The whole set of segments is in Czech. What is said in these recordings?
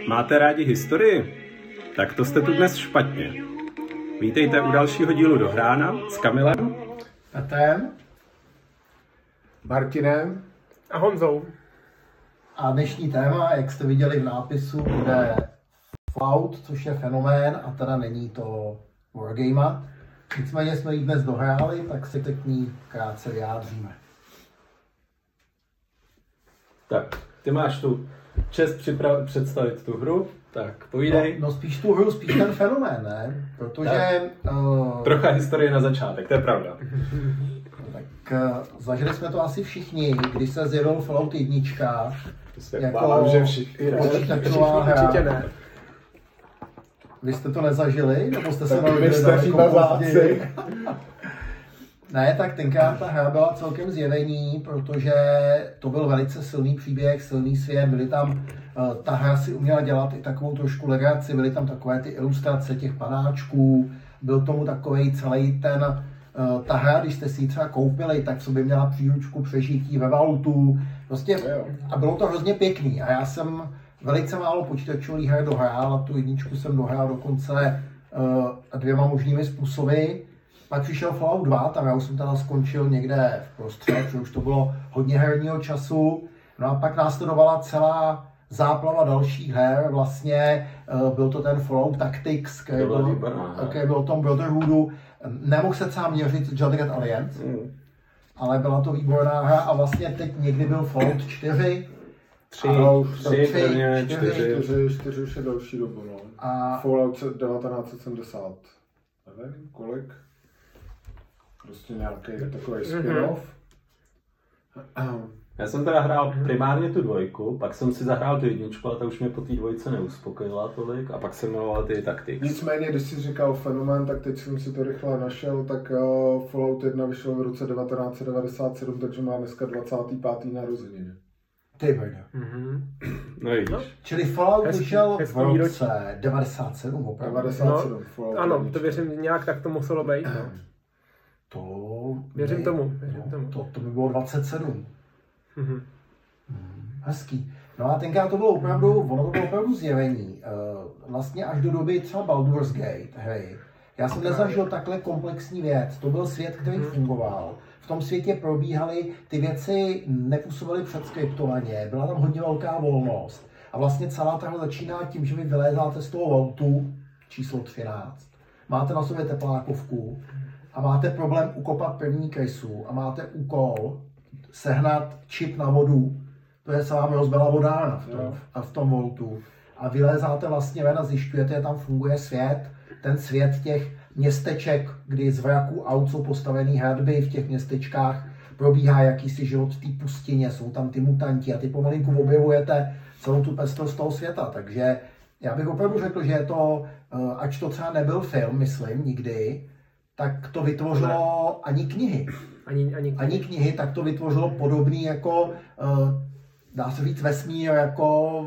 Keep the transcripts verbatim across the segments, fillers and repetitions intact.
Máte rádi historii? Tak to jste tu dnes špatně. Vítejte u dalšího dílu Dohrána s Kamilem, Petrem, Martinem a Honzou. A dnešní téma, jak jste viděli v nápisu, bude Fallout, což je fenomén a teda není to wargame. Nicméně jsme ji dnes dohráli, tak se k ní krátce vyjádříme. Tak, ty máš tu čest připrav- představit tu hru, tak povídej. No, no spíš tu hru, spíš ten fenomén, ne? Protože... Uh, Trocha historie na začátek, to je pravda. Tak uh, zažili jsme to asi všichni, když se zjevil Fallout jedna, jako že všichni, počítačová hra. Určitě ne. Vy jste to nezažili? Nebo jste se narodili daleko později? Ne, tak tenkrát ta hra byla celkem zjevení, protože to byl velice silný příběh, silný svět, byly tam, ta hra si uměla dělat i takovou trošku legraci, byly tam takové ty ilustrace těch panáčků, byl tomu takovej celý ten, ta hra, když jste si ji třeba koupili, tak v sobě měla příručku přežití ve Vaultu, prostě a bylo to hrozně pěkný a já jsem velice málo počítačových her dohrál a tu jedničku jsem dohrál dokonce uh, dvěma možnými způsoby. Pak přišel Fallout dva, tam já už jsem teda skončil někde v prostřed, že už to bylo hodně herního času. No a pak následovala celá záplava dalších her, vlastně uh, byl to ten Fallout Tactics, který to byl, byl, byl o tom Brotherhoodu. Nemohl se třeba měřit s Jaded Alliance, mm. ale byla to výborná hra a vlastně teď někdy byl Fallout čtyři, Tři, ano, tři, tři, čtyři, čtyři, čtyři, čtyři už je další dobu, no. A Fallout devatenáct set sedmdesát, nevím kolik, prostě nějaký takový spin-off. Mm-hmm. Já jsem teda hrál primárně tu dvojku, pak jsem si zahrál tu jedničku, ale ta už mě po té dvojce neuspokojila tolik a pak jsem miloval ty Tactics. Nicméně, když jsi říkal fenomén, tak teď jsem si to rychle našel, tak uh, Fallout jedna vyšel v roce devatenáct set devadesát sedm, takže má dneska dvacáté páté narozeniny. ty brdo. Mm-hmm. No vidíš. No, čili Fallout Hezký, vyšel hezký v roce výročí. devadesát sedm, opravdu. devadesát sedm, No, Fallout Ano, jednička. to věřím, nějak tak to muselo být. No. To... Věřím my, tomu, věřím no, tomu. To, to by bylo dvacet sedm. Mhm. Hmm, hezký. No a tenkrát to bylo opravdu, ono to bylo opravdu zjevení. Uh, vlastně až do doby třeba Baldur's Gate hry. Já jsem nezažil takhle komplexní věc. To byl svět, který Mhm. fungoval. V tom světě probíhaly, ty věci nepůsobily předskriptovaně, byla tam hodně velká volnost. A vlastně celá ta hra začíná tím, že vy vylézáte z toho vaultu číslo třináct. Máte na sobě teplákovku a máte problém ukopat první krysu a máte úkol sehnat čip na vodu, protože se vám rozbila vodárna v tom, a v tom vaultu. A vylézáte vlastně ven a zjišťujete, že tam funguje svět, ten svět těch městeček, kdy z vraků aut jsou postavený hradby, v těch městečkách probíhá jakýsi život v té pustině, jsou tam ty mutanti a ty pomalinku objevujete celou tu pestrost toho světa. Takže já bych opravdu řekl, že je to, ač to třeba nebyl film, myslím, nikdy, tak to vytvořilo ani knihy. Ani, ani, Ani knihy, tak to vytvořilo podobný jako, dá se říct, vesmír jako,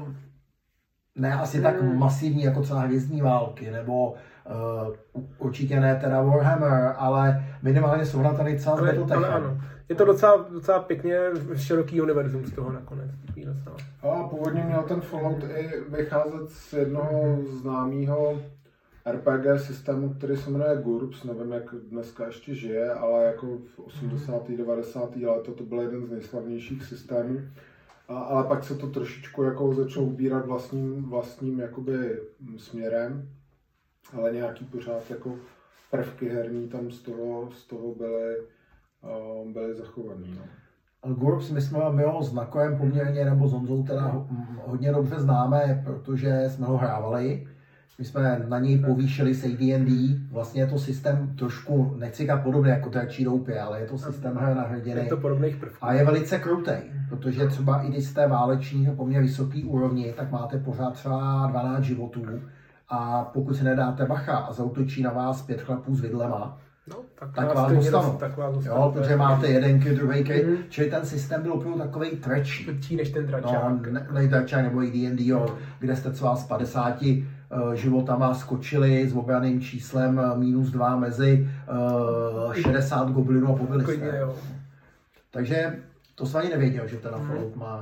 ne asi tak masivní jako třeba Hvězdní války, nebo uh, určitě ne teda Warhammer, ale minimálně srovnatelný třeba s Battletechem. Ale ano, je to docela, docela pěkně široký univerzum z toho nakonec. A původně měl ten Fallout i vycházet z jednoho známého R P G systému, který se jmenuje GURPS, nevím, jak dneska ještě žije, ale jako v osmdesátých devadesátých letech to byl jeden z nejslavnějších systémů. A, ale pak se to trošičku jako začalo ubírat vlastním, vlastním jakoby směrem, ale nějaký pořád jako prvky herní tam z toho, z toho byly, uh, byly zachovaný. No. GURPS my jsme my ho znakem poměrně, nebo s Honzou teda hodně dobře známe, protože jsme ho hrávali. My jsme na něj povýšili se A D and D, vlastně je to systém trošku, nechci říkat podobný jako Dračí doupě, ale je to systém hry na hrdiny. Je to podobných prvků. A je velice krutej, protože třeba i když jste váleční poměrně vysoký úrovni, tak máte pořád třeba dvanáct životů a pokud si nedáte bacha a zaútočí na vás pět chlapů s vidlema, no, tak, tak vás dostanou. Tak vás dostanou. Jo, protože máte jeden kid, druhý kid, mm-hmm. čili ten systém byl opravdu takový trečí. Tvrdší než ten dračák. No, ne, ne dračák nebo A D and D, jo, kde jste třeba z padesáti uh, životama skočili s obraným číslem uh, minus dva mezi uh, šedesát goblinů a pobili jste. Takže to jsem ani nevěděl, že ten Fallout má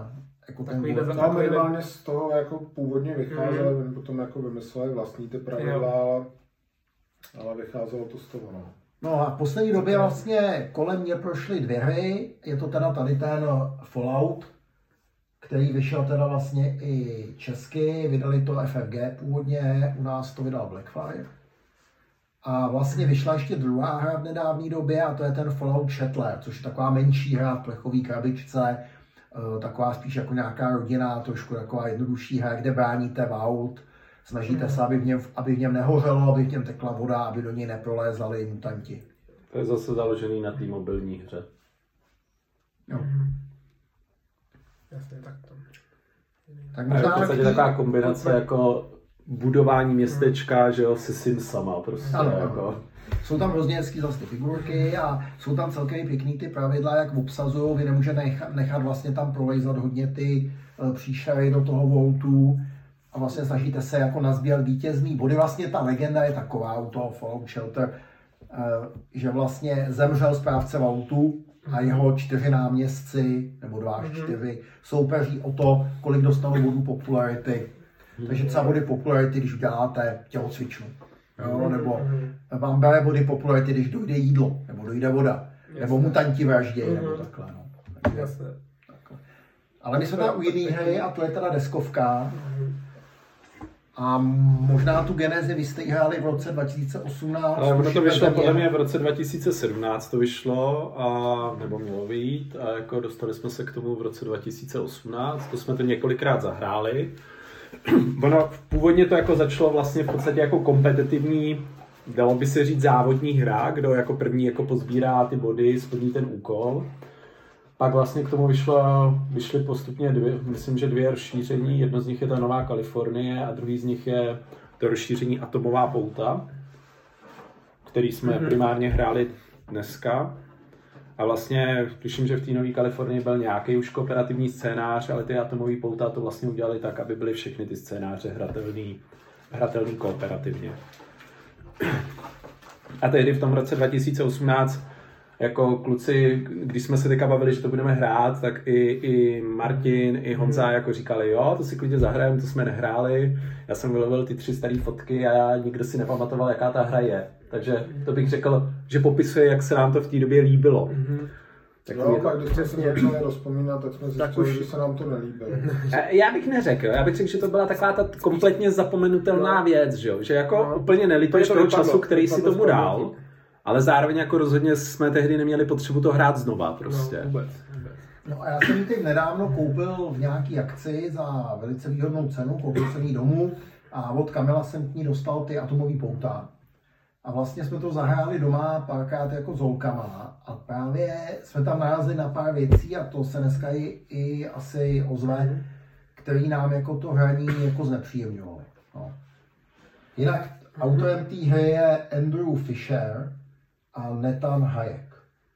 jako Takový ten No, minimálně z toho jako původně vycházeli, mm. potom jako vymysleli vlastní ty pravidla, ale, ale vycházelo to z toho. No. No a v poslední době vlastně kolem mě prošly dvě hry, je to teda tady ten Fallout, který vyšel teda vlastně i česky, vydali to F F G původně, u nás to vydal Blackfire. A vlastně vyšla ještě druhá hra v nedávné době a to je ten Fallout Shuttler, což je taková menší hra v plechové krabičce, taková spíš jako nějaká rodina, trošku taková jednodušší hra, kde bráníte vault, snažíte se, aby v něm, aby v něm nehořelo, aby v něm tekla voda, aby do něj neprolézali mutanti. To je zase založený na té mobilní hře. Jo. Jasně, tak to. Tak možná v podstatě taková tý... kombinace jako budování městečka, že jo, se Simsama prostě. Ano, jako. Jsou tam hrozně hezký zase ty figurky a jsou tam celkem pěkný ty pravidla, jak obsazují. Vy nemůžete nechat, nechat vlastně tam prolejzat hodně ty uh, příšery do toho voltu a vlastně snažíte se jako nazbírat vítězný body. Vlastně ta legenda je taková u toho Fallout Shelter, uh, že vlastně zemřel správce voltu a jeho čtyři náměstci, nebo dva až čtyři, soupeří o to, kolik dostanou bodů popularity. Takže třeba body popularity, když uděláte tělocvičnu. Jo, nebo vám bere body popularity, když dojde jídlo, nebo dojde voda, jasne. Nebo mutanti vraždějí, nebo takhle. No. Takže, jasne. Takhle. Ale my jsme teda u jiné hry a to je teda deskovka. A možná tu genezi vy jste hráli v roce dva tisíce osmnáct. Ale ono to vyšlo podle mě v roce dva tisíce sedmnáct to vyšlo, a, nebo mělo vyjít, a jako dostali jsme se k tomu v roce dva tisíce osmnáct, to jsme to několikrát zahráli. Ono původně to jako začalo vlastně v podstatě jako kompetitivní, dalo by se říct závodní hra, kdo jako první jako pozbírá ty body, splní ten úkol. Pak vlastně k tomu vyšlo, vyšly postupně dvě, myslím, že dvě rozšíření. Jedno z nich je ta Nová Kalifornie a druhý z nich je to rozšíření Atomová pouta, který jsme mm-hmm. primárně hráli dneska. A vlastně tuším, že v té Nové Kalifornii byl nějaký už kooperativní scénář, ale ty Atomové pouta to vlastně udělali tak, aby byly všechny ty scénáře hratelný, hratelný kooperativně. A tehdy v tom roce dva tisíce osmnáct jako kluci, když jsme se teďka bavili, že to budeme hrát, tak i, i Martin, i Honza jako říkali, jo, to si klidně zahrajeme, to jsme nehráli. Já jsem vylovil ty tři staré fotky a já nikdo si nepamatoval, jaká ta hra je. Takže to bych řekl, že popisuje, jak se nám to v té době líbilo. Mm-hmm. Tak no, pak když jsme se začali rozpomínat, tak jsme zjistili, už... že se nám to nelíbilo. Já bych neřekl, já bych řekl, že to byla taková ta kompletně zapomenutelná věc, že, že jako no. úplně nelituješ toho času, který si tomu dal. Ale zároveň jako rozhodně jsme tehdy neměli potřebu to hrát znova prostě. No, vůbec, vůbec. No a já jsem ji teď nedávno koupil v nějaký akci za velice výhodnou cenu, koupil jsem ji domů a od Kamila jsem k ní dostal ty Atomový pouta. A vlastně jsme to zahráli doma párkrát jako s holkama a právě jsme tam narazili na pár věcí a to se dneska i, i asi ozve, který nám jako to hraní jako znepříjemňovali. No. Jinak autorem té hry je Andrew Fisher a Nathan Hayek.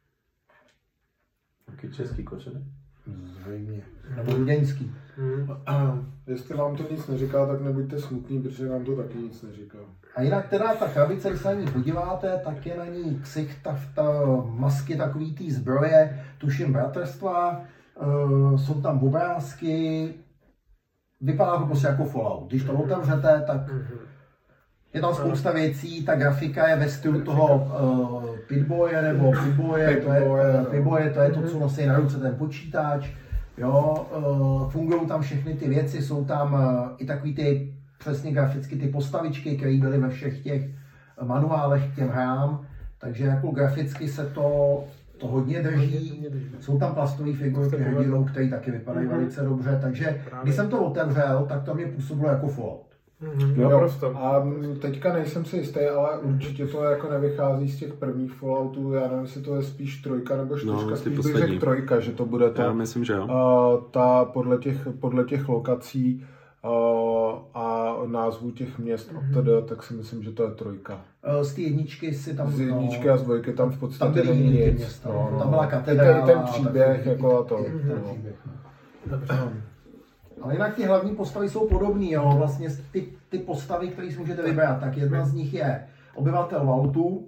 Jaký český kořeny? Zřejmě. Nebo ruděňský. Hmm. Jestli vám to nic neříká, tak nebuďte smutný, protože nám to taky nic neříká. A jinak teda ta krabice, když se na ní podíváte, tak je na ní ksicht, ta, ta masky takový té zbroje, tuším bratrstva, uh, jsou tam obrázky, vypadá to prostě jako Fallout. Když to otevřete, tak je tam spousta věcí, ta grafika je ve stylu toho uh, Pip-Boye nebo Pip-Boye, to, uh, Pip-Boye, to je to, co nosí na ruce ten počítač. Jo, uh, fungují tam všechny ty věci, jsou tam uh, i takový ty přesně graficky ty postavičky, které byly ve všech těch manuálech k těm hrám, takže jako graficky se to, to hodně drží. Jsou tam plastové figurky hrdinů, které taky vypadají mm-hmm. velice dobře, takže když jsem to otevřel, tak to mě působilo jako Fallout. Mm-hmm. Jo, jo, a teďka nejsem si jistý, ale určitě to jako nevychází z těch prvních Falloutů, já nevím, jestli to je spíš trojka nebo čtyřka, no, spíš bych řekl trojka, že to bude to, já myslím, že jo. Uh, ta podle těch, podle těch lokací uh, a názvů těch měst mm-hmm. a teda, tak si myslím, že to je trojka. Z té jedničky si tam... Z jedničky no, a z dvojky tam v podstatě tam není nic. Města, no, no. Tam byla katedrála. Ten, ten příběh jako a to. Mm-hmm. No. Ale jinak ty hlavní postavy jsou podobný, jo. Vlastně ty, ty postavy, které si můžete vybrat, tak jedna z nich je obyvatel Vaultu,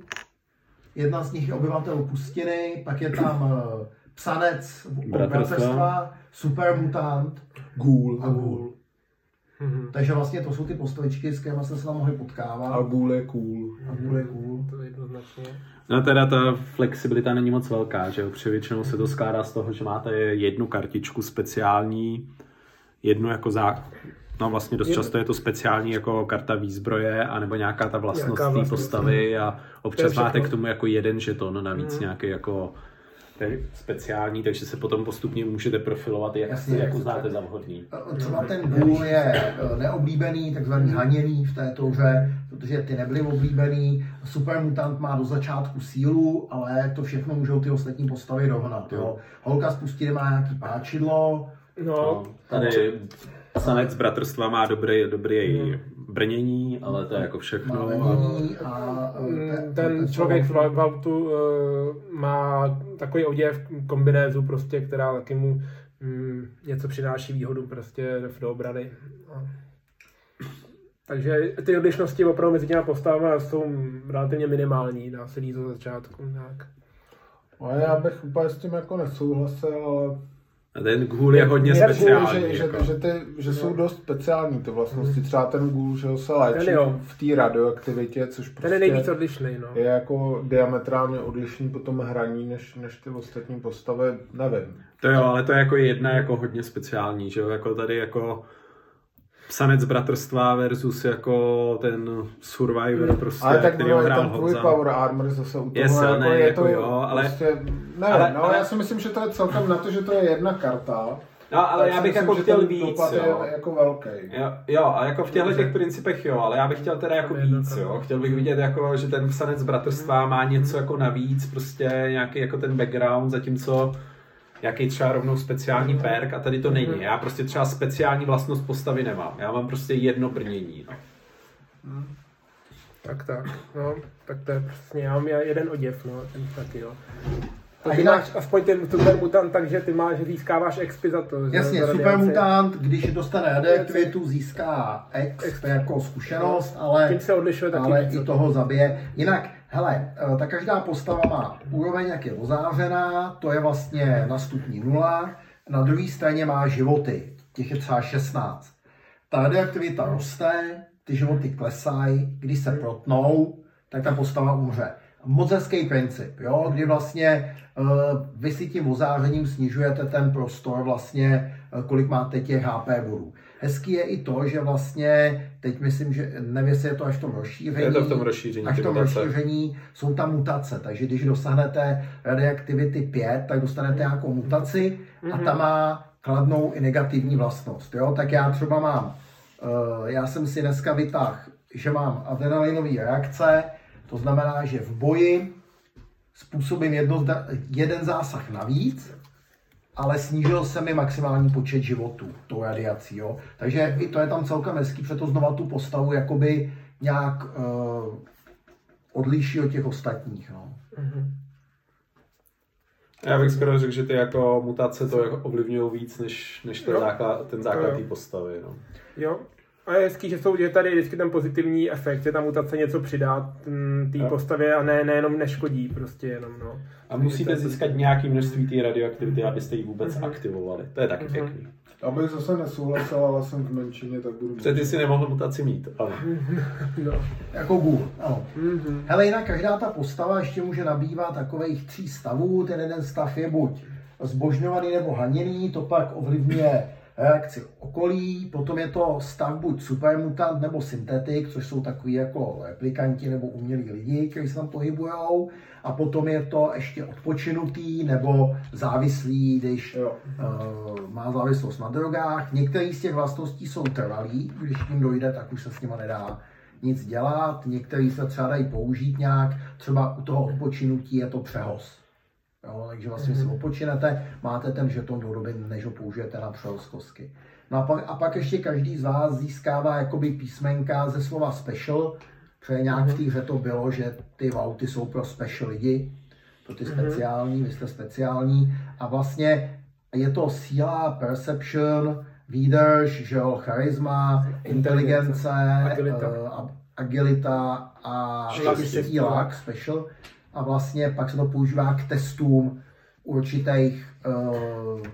jedna z nich je obyvatel Pustiny, pak je tam psanec bratrstva, Supermutant, Ghoul. a Ghoul. Mhm. Takže vlastně to jsou ty postavičky, s kterými jsme se tam mohli potkávat. A Ghoul je cool. A Ghoul je cool. To je jednoznačně. No teda ta flexibilita není moc velká, že jo? Protože většinou se to skládá z toho, že máte jednu kartičku speciální, jednu jako zá... No vlastně dost často je to speciální jako karta výzbroje, anebo nějaká ta vlastnost Nějaká té vlastnost, postavy a občas máte všechno. k tomu jako jeden žeton, navíc Mm. nějaký jako speciální, takže se potom postupně můžete profilovat, jak, Jasně, jak jasně. uznáte za vhodný. Třeba ten Ghoul je neoblíbený, takzvaný haněný v této hře, protože ty nebyly oblíbený. Supermutant má do začátku sílu, ale to všechno můžou ty ostatní postavy dohnat. Jo. Holka z pustiny má nějaký páčidlo. No, No, tady Sanec bratrstva má dobrý, dobrý brnění, ale to je jako Má všechno. brnění a Mm, ten člověk v v autu uh, má takový oděv, kombinézu prostě, která taky mu mm, něco přináší výhodu prostě do obrany. A... Takže ty odlišnosti opravdu mezi těma postavami jsou relativně minimální, dá se říct do začátku nějak. A já bych úplně s tím jako nesouhlasil, ale A ten Ghoul je hodně Je Ghoul, speciální. že, že, jako. že, ty, že jsou dost speciální ty vlastnosti. Třeba ten Ghoul, že ho se léčí Ten jo. v té radioaktivitě, což prostě Ten je nejvíc odlišný, no. je jako diametrálně odlišný potom hraní, než, než ty ostatní postavy, nevím. To jo, ale to je jako jedna jako hodně speciální, že jo, jako tady jako Sanec bratrstva versus jako ten Survivor prostě, Ale tak který bylo ho i hrál ten tvůj Honza. Power Armor zase u toho, Je silný, jako, je jako to jo, ale- prostě, nevím, ale- no, ale- já si myslím, že to je celkem na to, že to je jedna karta. No, ale tak já si bych myslím, jako že chtěl ten víc, dopad jo. je jako velký. Jo, jo, a jako v těchto těch principech jo, ale já bych chtěl teda jako víc, jo. Chtěl bych vidět jako, že ten Sanec bratrstva má něco jako navíc, prostě nějaký jako ten background, zatímco nějaký třeba rovnou speciální perk a tady to není. Já prostě třeba speciální vlastnost postavy nemám. Já mám prostě jedno brnění, no. Tak, tak, no, tak to je přesně, já mám jeden oděv, no, ten taky, jo. A A ty jinak- máš aspoň ten supermutant, takže ty máš, získáváš X P za to. Jasně, za radiaci. Supermutant, když dostane radioaktivitu, získá X jako zkušenost, ale, Tím se odlišuje taky ale víc. i toho zabije. Jinak, hele, ta každá postava má úroveň, jak je ozářená, to je vlastně na stupni nula, na druhé straně má životy, těch je třeba šestnáct. Ta radioaktivita roste, ty životy klesají, když se protnou, tak ta postava umře. Moc hezký princip, jo? Kdy vlastně uh, vy si tím ozářením snižujete ten prostor, vlastně, uh, kolik máte těch H P bodů. Hezký je i to, že vlastně, teď myslím, že nevím, jestli je to až v tom rozšíření, Je to v tom rozšíření, až v ty tom mutace. rozšíření jsou tam mutace, takže když dosáhnete radioaktivity pět, tak dostanete nějakou mutaci a ta má kladnou i negativní vlastnost, jo? Tak já třeba mám, uh, já jsem si dneska vytáhl, že mám adrenalinové reakce. To znamená, že v boji způsobím jedno, jeden zásah navíc, ale snížil se mi maximální počet životů tou radiací. Jo? Takže i to je tam celkem hezký, protože to znova tu postavu jakoby nějak uh, odliší od těch ostatních. No. Já bych skoro řekl, že ty jako mutace to jako ovlivňují víc, než, než ten Jo. základ, ten základ Jo. té postavy, no. Jo. A je hezký, že, jsou, že tady je vždycky ten pozitivní efekt, že ta mutace něco přidá té Jo. postavě a ne, nejenom neškodí prostě jenom, no. A musíte získat nějaké množství té radioaktivity, abyste ji vůbec Mhm. aktivovali. To je taky Mhm. pěkný. Abych zase nesouhlasil, ale jsem v menšině, tak budu... Protože ty si nemohl mutaci mít, ale... no. Jako Ghoul, ano. Mhm. Hele, jinak každá ta postava ještě může nabývat takových tří stavů. Ten jeden stav je buď zbožňovaný nebo haněný, to pak ovlivňuje reakci okolí, potom je to stav buď supermutant nebo syntetik, což jsou takový jako replikanti nebo umělí lidi, kteří se tam pohybujou, a potom je to ještě odpočinutý nebo závislý, když Jo. uh, má závislost na drogách. Některé z těch vlastností jsou trvalý, když tím dojde, tak už se s nima nedá nic dělat, některý se třeba dají použít nějak, třeba u toho odpočinutí je to přehoz. Jo, takže vlastně si odpočinete, máte ten žeton do doby, než ho použijete na přehoz kostky. No a pak, a pak ještě každý z vás získává jakoby písmenka ze slova special, protože nějak v té hře to bylo, že ty vauty jsou pro special lidi, pro ty speciální, vy jste speciální, a vlastně je to síla, perception, výdrž, že jo, charisma, inteligence, Agilita. uh, agilita a Štěstí. luck, special. A vlastně pak se to používá k testům určitých uh,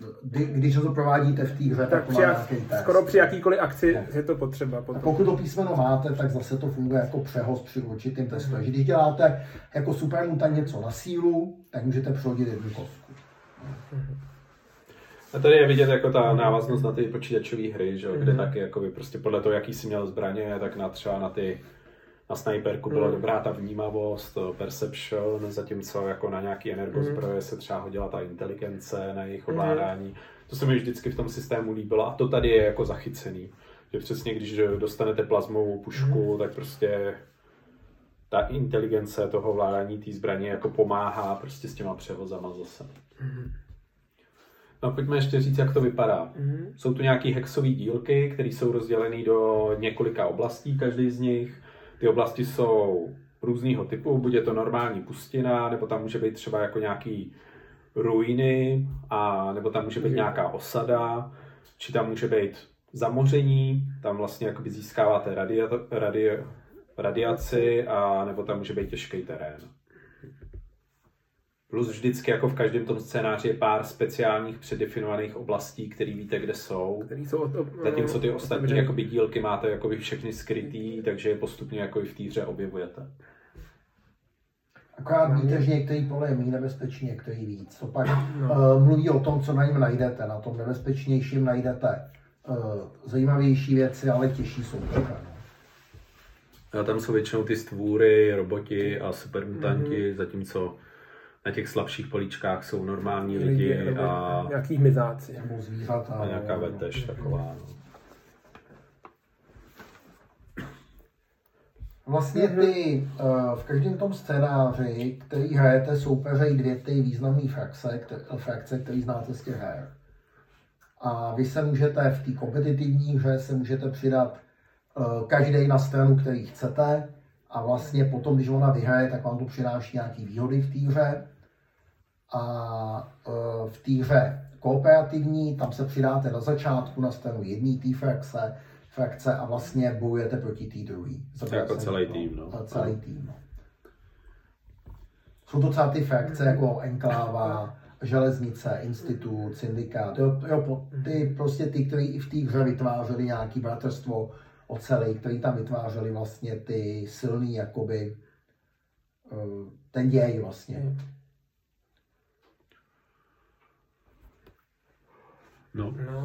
když to provádíte v té hře, tak, tak to při, má nějaký test. skoro při jakýkoliv akci je to potřeba. A pokud to písmeno máte, tak zase to funguje jako přehoz při určitým testu. Mm-hmm. Když děláte jako supermutant něco na sílu, tak můžete přehodit jednu kostku. Mm-hmm. A tady je vidět jako ta návaznost na ty počítačové hry, že? Kde mm-hmm. taky jakoby prostě podle toho, jaký jsi měl zbraně, tak na třeba na ty na sniperku byla mm. dobrá ta vnímavost, perception, zatímco jako na nějaký energozbroje mm. se třeba hodila ta inteligence na jejich ovládání. Mm. To se mi vždycky v tom systému líbilo a to tady je jako zachycený. Že přesně když dostanete plazmovou pušku, mm. tak prostě ta inteligence toho ovládání té zbraně jako pomáhá prostě s těma převozama zase. Mm. No pojďme ještě říct, jak to vypadá. Mm. Jsou tu nějaký hexové dílky, které jsou rozdělené do několika oblastí, každý z nich. Ty oblasti jsou různýho typu, buď je to normální pustina, nebo tam může být třeba jako nějaký ruiny, a nebo tam může být nějaká osada, či tam může být zamoření, tam vlastně jakoby získáváte radia, radia, radiaci, a nebo tam může být těžký terén. Plus vždycky jako v každém tom scénáři je pár speciálních předdefinovaných oblastí, které víte, kde jsou. Který jsou to, zatímco ty ostatní jakoby dílky máte jakoby všechny skrytý, takže je postupně jako i v té hře objevujete. Akorát víte, že některý pole je méně nebezpečný, některý víc. To pak no. uh, mluví o tom, co na něm najdete. Na tom nebezpečnějším najdete uh, zajímavější věci, ale těžší jsou také. A tam jsou většinou ty stvůry, roboti a supermutanti, mm-hmm. zatímco na těch slabších políčkách jsou normální lidi, lidi a nějaký hmyzáci. Zvířata, a nějaká vetež taková. No. Vlastně ty, v každém tom scénáři, který hrajete, soupeřejí dvě ty významné frakce, které, frakce, které znáte z těch her. A vy se můžete v té kompetitivní hře se můžete přidat každý na stranu, který chcete. A vlastně potom, když ona vyhraje, tak vám to přináší nějaké výhody v té hře. A v té hře kooperativní, tam se přidáte na začátku na stranu jedné té frakce, frakce a vlastně bojujete proti té druhé. Jako celý tým, no. Celý tým, no. Jsou to třeba ty frakce jako Enkláva, Železnice, Institut, Syndikát. Jo, jo, ty prostě ty, kteří i v té hře vytvářeli nějaké bratrstvo ocelej, který tam vytvářeli vlastně ty silný, jakoby, ten děj vlastně. No. no.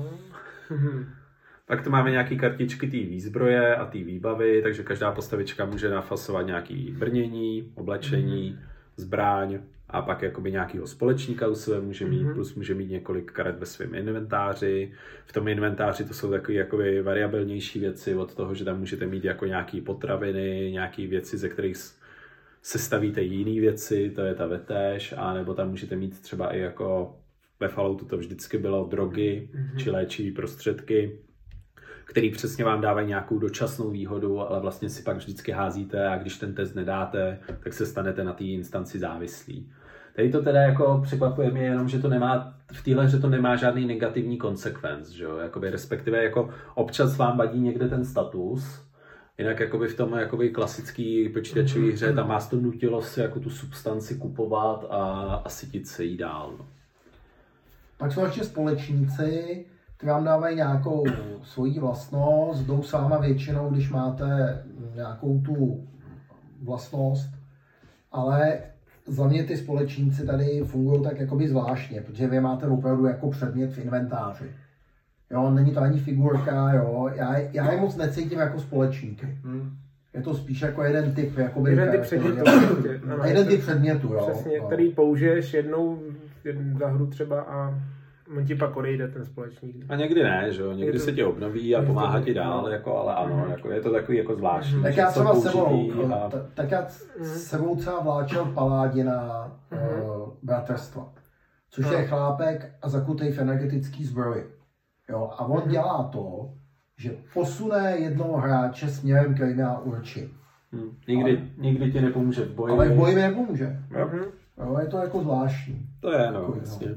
Pak tu máme nějaké kartičky té výzbroje a té výbavy, takže každá postavička může nafasovat nějaké brnění, oblečení, mm. zbraň a pak jakoby nějakého společníka u sebe může mít, mm. plus může mít několik karet ve svém inventáři. V tom inventáři to jsou takové jakoby variabilnější věci od toho, že tam můžete mít jako nějaké potraviny, nějaké věci, ze kterých sestavíte jiné věci, to je ta vetéž, a nebo tam můžete mít třeba i jako ve Falloutu to vždycky bylo drogy, mm-hmm. či léčivé prostředky, který přesně vám dávají nějakou dočasnou výhodu, ale vlastně si pak vždycky házíte a když ten test nedáte, tak se stanete na té instanci závislí. Tady to teda jako překvapuje mě jenom, že to nemá, v téhle hře to nemá žádný negativní konsekvenc, že jo, jakoby respektive jako občas vám vadí někde ten status, jinak jakoby v tom jakoby klasický počítačový hře tam vás to nutilo si jako tu substanci kupovat a, a sytit se jí dál. No. Pak jsou ještě společníci, ty vám dávají nějakou svoji vlastnost, jdou s váma většinou, když máte nějakou tu vlastnost, ale za mě ty společníci tady fungují tak jakoby zvláštně, protože vy máte opravdu jako předmět v inventáři. Jo, není to ani figurka, jo, já, já je moc necítím jako společníky. Hmm. Je to spíš jako jeden typ, jakoby... Jeden typ předmětu. Jeden typ předmětu, jo. Přesně, no. Který použiješ jednou za hru třeba a on ti pak odejde ten společník. A někdy ne, že jo, někdy to, se ti obnoví a pomáhá ti dál, no. jako, ale ano, mm. jako, je to takový jako zvláštní. Tak já třeba sebou, a... tak já sebou třeba vláčel Paládina mm. uh, bratrstva, což no. je chlápek a zakutej v energetický zbroji. Jo, a on mm. dělá to, že posune jednoho hráče směrem, který já určím. Hmm. Nikdy, ale, nikdy ti nepomůže v boji. Ale v boji mi nepomůže. Mm. Jo, je to jako zvláštní. To je, no, vlastně.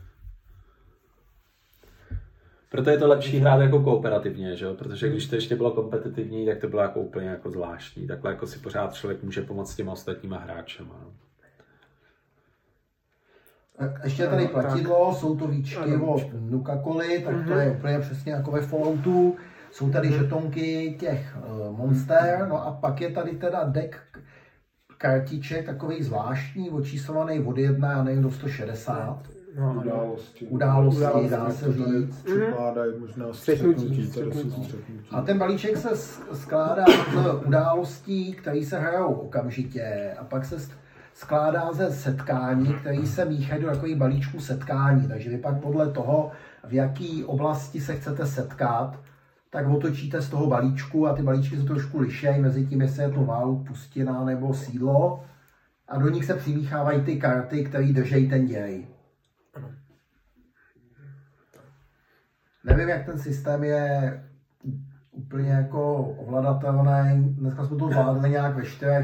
Proto je to lepší hrát jako kooperativně, že jo? Protože když to ještě bylo kompetitivní, tak to bylo jako úplně jako zvláštní. Takhle jako si pořád člověk může pomoct těma ostatníma hráčema. No. Ještě tady platidlo, jsou to víčky od Nuka-Coly, tak to je úplně přesně jako ve Falloutu. Jsou tady žetonky těch uh, Monster, no a pak je tady teda deck kartiček, takový zvláštní, očíslovaný od jedna, já nevím, do sto šedesát. No, události. Události, události, dá se říct. Přikládají možná střetnutí. A ten balíček se skládá z událostí, které se hrajou okamžitě, a pak se skládá ze setkání, které se míchají do takových balíčků setkání. Takže vy pak podle toho, v jaký oblasti se chcete setkat, tak otočíte z toho balíčku a ty balíčky se trošku lišejí mezi tím, jestli je to vál, pustina nebo sídlo. A do nich se přimíchávají ty karty, které držejí ten děj. Nevím, jak ten systém je úplně jako ovladatelný. Dneska jsme to zvládli nějak ve čtyřech.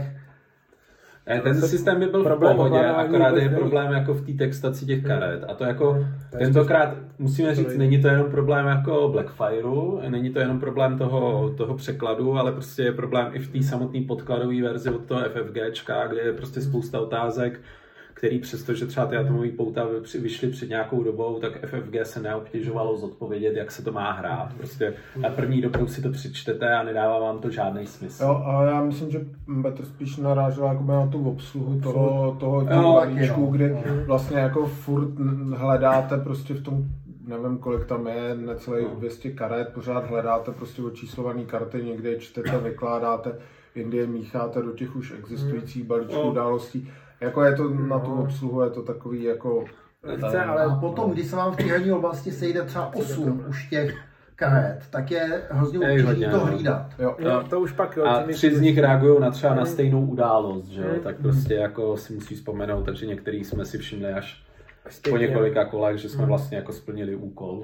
Ten systém by byl v pohodě, akorát je problém jako v té textaci těch karet. A to jako tentokrát musíme říct, není to jenom problém jako Blackfireu, není to jenom problém toho, toho překladu, ale prostě je problém i v té samotné podkladové verzi od toho FFGčka, kde je prostě spousta otázek, který přesto, že třeba ty atomové pouta vyšly před nějakou dobou, tak F F G se neobtěžovalo zodpovědět, jak se to má hrát. Prostě na první dobrou si to přečtete a nedává vám to žádný smysl. Jo, a já myslím, že Petr spíš narážel jako na tu obsluhu toho, toho balíčku, kdy vlastně jako furt hledáte prostě v tom, nevím kolik tam je, necelých dvě stě karet, pořád hledáte prostě očíslované karty, někde je čtete, vykládáte, jindy je mícháte do těch už existujících balíčků událostí. Jako je to na tu obsluhu, je to takový jako... Chce, ale a potom, když se vám v té herní oblasti sejde třeba osm už těch karet, tak je hrozně obtížné to hlídat. Jo. Jo, to už pak, jo, a tři z nich reagují na třeba na stejnou událost, že jo? Tak prostě jako si musí vzpomenout, takže některý jsme si všimli až po několika kolech, že jsme vlastně jako splnili úkol.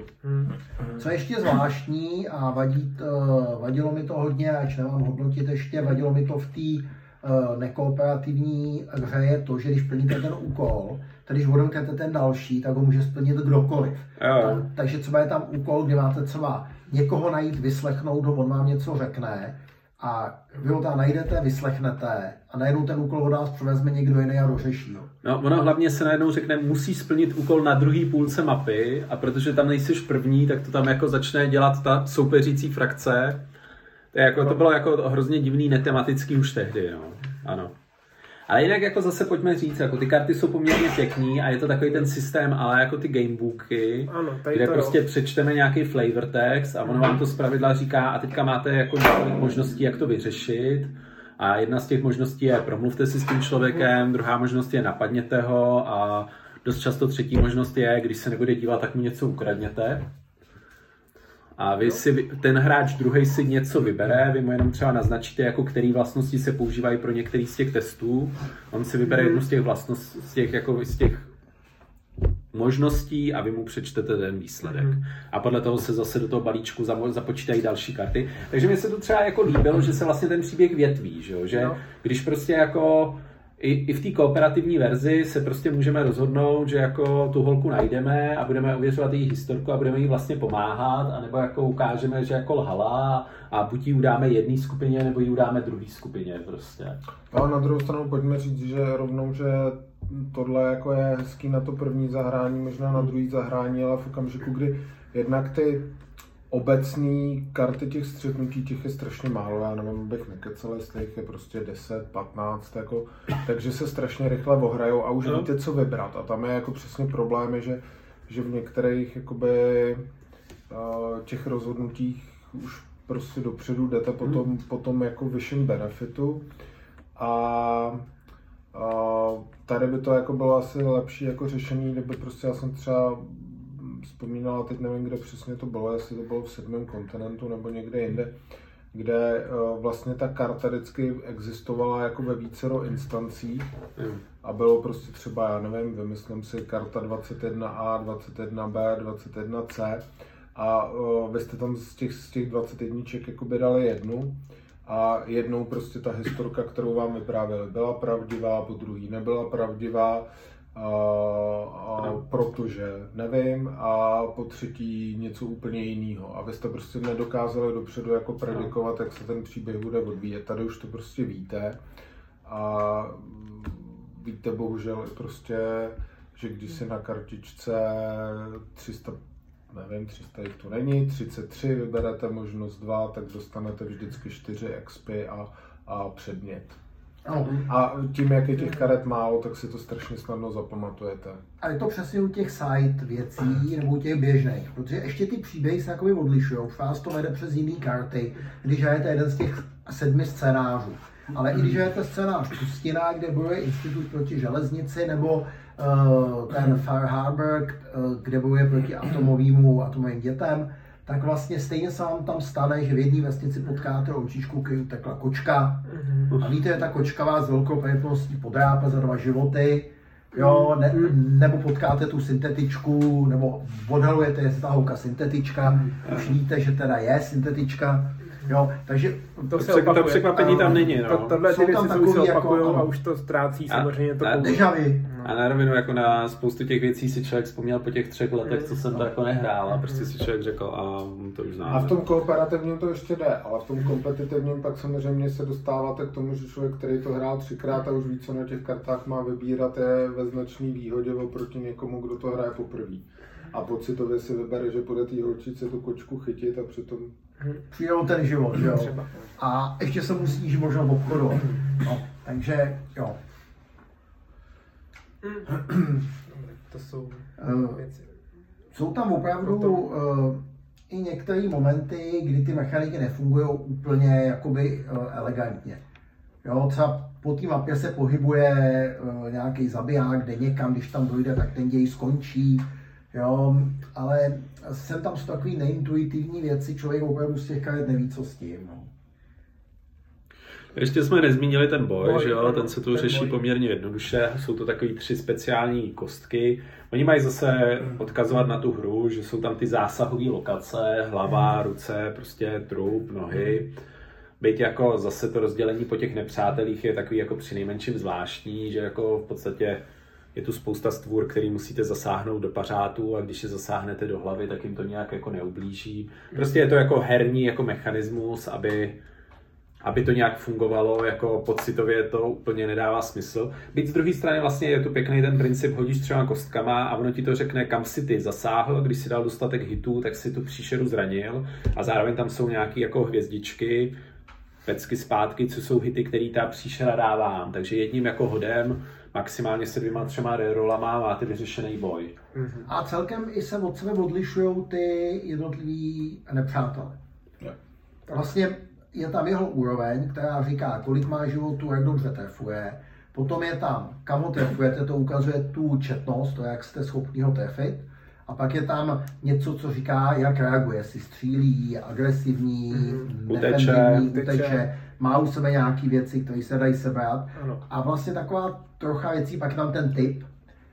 Co je ještě zvláštní a vadí, vadilo mi to hodně, ač nemám hodnotit ještě, vadilo mi to v té nekooperativní hře je to, že když plníte ten úkol, tak když odemknete ten další, tak ho může splnit kdokoliv. A, takže třeba je tam úkol, kde máte třeba někoho najít, vyslechnout ho, on vám něco řekne a vy ho tam najdete, vyslechnete a najednou ten úkol od nás převezme někdo jiný a dořeší ho. No, ono hlavně se najednou řekne, musí splnit úkol na druhý půlce mapy a protože tam nejsiš první, tak to tam jako začne dělat ta soupeřící frakce. To, je jako, to bylo jako hrozně divný, netematický už tehdy, no. Ano. Ale jinak jako zase pojďme říct, jako ty karty jsou poměrně pěkný a je to takový ten systém, ale jako ty gamebooky, ano, kde prostě jo. přečteme nějaký flavor text a ono vám to zpravidla říká a teďka máte jako několik možností, jak to vyřešit. A jedna z těch možností je promluvte si s tím člověkem, druhá možnost je napadněte ho a dost často třetí možnost je, když se nebude dívat, tak mu něco ukradněte. A vy si, ten hráč druhý si něco vybere, vy mu jenom třeba naznačíte, jako který vlastnosti se používají pro některý z těch testů. On si vybere jednu z těch vlastností, z těch, jako z těch možností a vy mu přečtete ten výsledek. A podle toho se zase do toho balíčku započítají další karty. Takže mi se to třeba jako líbilo, že se vlastně ten příběh větví, že, že když prostě jako I, i v té kooperativní verzi se prostě můžeme rozhodnout, že jako tu holku najdeme a budeme ověřovat její historku a budeme jí vlastně pomáhat, anebo jako ukážeme, že jako lhala a buď ji udáme jedné skupině, nebo ji udáme druhé skupině prostě. A na druhou stranu pojďme říct, že rovnou, že tohle jako je hezký na to první zahrání, možná na druhý zahrání, ale v okamžiku, kdy jednak ty obecný karty těch střetnutí, těch je strašně málo, já nevím, bych nekecel, jestli jich je prostě deset, patnáct, jako, takže se strašně rychle ohrajou a už no. víte, co vybrat. A tam je jako přesně problém, že, že v některých jakoby, těch rozhodnutích už prostě dopředu jdete po tom, po tom jako vyšším benefitu. A, a tady by to jako bylo asi lepší jako řešení, kdyby prostě já jsem třeba vzpomínala, teď nevím, kde přesně to bylo, jestli to bylo v sedmém kontinentu nebo někde jinde, kde uh, vlastně ta karta vždycky existovala jako ve vícero instancích mm. a bylo prostě třeba, já nevím, vymyslím si karta dvacet jedna A, dvacet jedna B, dvacet jedna C a uh, vy jste tam z těch, z těch dvacet jedniček jakoby dali jednu a jednou prostě ta historka, kterou vám vyprávěli, byla pravdivá, po druhý nebyla pravdivá, A, a protože nevím a po třetí něco úplně jiného a vy jste prostě nedokázali dopředu jako predikovat, jak se ten příběh bude odvíjet. Tady už to prostě víte a víte bohužel prostě že když si na kartičce tři sta, nevím, tři sta jich tu není, třicet tři, vyberete možnost dva, tak dostanete vždycky čtyři expy a, a předmět. Ano. A tím, jak je těch karet málo, tak si to strašně snadno zapamatujete. A je to přesně u těch side věcí nebo u těch běžných, protože ještě ty příběhy se jakoby odlišují. Už vás to vede přes jiné karty, když hrajete jeden z těch sedmi scénářů. Ale i když hrajete scénář Pustina, kde bojuje Institut proti železnici, nebo uh, ten Far Harbor, uh, kde bojuje proti atomovému atomovým dětem, tak vlastně stejně se vám tam stane, že v jedné vesnici potkáte holčičku, který utekla kočka. A víte, že ta kočka vás velkou pravděpodobností podrápe za dva životy. Jo, ne, nebo potkáte tu syntetičku, nebo odhalujete, jestli ta holka syntetička, už víte, že teda je syntetička. Jo, takže to se Přek, opakuje. to překvapení tam není, no. To, tohle ty věci se už se opakují a už to ztrácí samozřejmě to kouzlo. Deja vu. A na rovinu jako na spoustu těch věcí si člověk vzpomněl po těch třech letech, co jsem to jako nehrál a prostě si člověk řekl a to už známe. A v tom kooperativním to ještě jde, ale v tom kompetitivním pak samozřejmě se dostáváte k tomu, že člověk, který to hrál třikrát a už ví, co na těch kartách má vybírat, je ve značné výhodě oproti někomu, kdo to hraje poprvé. A pocitově si vybere, že půjde té holčice tu kočku chytit a přitom přijde o ten život, jo. A ještě se musíš možná obchodovat. No, takže jo. To jsou věci. Jsou tam opravdu uh, i některé momenty, kdy ty mechaniky nefungují úplně jakoby uh, elegantně. Jo, třeba po té mapě se pohybuje uh, nějaký zabiják, kde někam, když tam dojde, tak ten děj skončí. Jo, ale sem tam jsou takové neintuitivní věci, člověk opravdu z těch karet neví, co s tím. No. Ještě jsme nezmínili ten boj, boj že jo, ten, ten se tu ten řeší boj. poměrně jednoduše, jsou to takové tři speciální kostky. Oni mají zase odkazovat na tu hru, že jsou tam ty zásahové lokace, hlava, ruce, prostě trup, nohy. Byť jako zase to rozdělení po těch nepřátelích je takový jako přinejmenším zvláštní, že jako v podstatě je tu spousta stvůr, který musíte zasáhnout do pařátu a když je zasáhnete do hlavy, tak jim to nějak jako neublíží. Prostě je to jako herní jako mechanismus, aby, aby to nějak fungovalo, jako pocitově to úplně nedává smysl. Byť z druhé strany vlastně je tu pěkný ten princip, hodíš třeba kostkama a ono ti to řekne, kam si ty zasáhl, když si dal dostatek hitů, tak si tu příšeru zranil a zároveň tam jsou nějaký jako hvězdičky, pecky zpátky, co jsou hity, který ta příšera dává. Takže jedním jako hodem, maximálně se dvěma, třema rerolama máte vyřešený boj. A celkem i se od sebe odlišují ty jednotlivý nepřátelé. Yeah. Vlastně je tam jeho úroveň, která říká, kolik má životu, jak dobře trefuje. Potom je tam, kam ho trefujete, to ukazuje tu četnost, to, jak jste schopni ho trefit. A pak je tam něco, co říká, jak reaguje, jestli střílí, agresivní, mm, uteče, uteče, má u sebe nějaké věci, které se dají sebrat. Ano. A vlastně taková trocha věcí, pak je tam ten typ.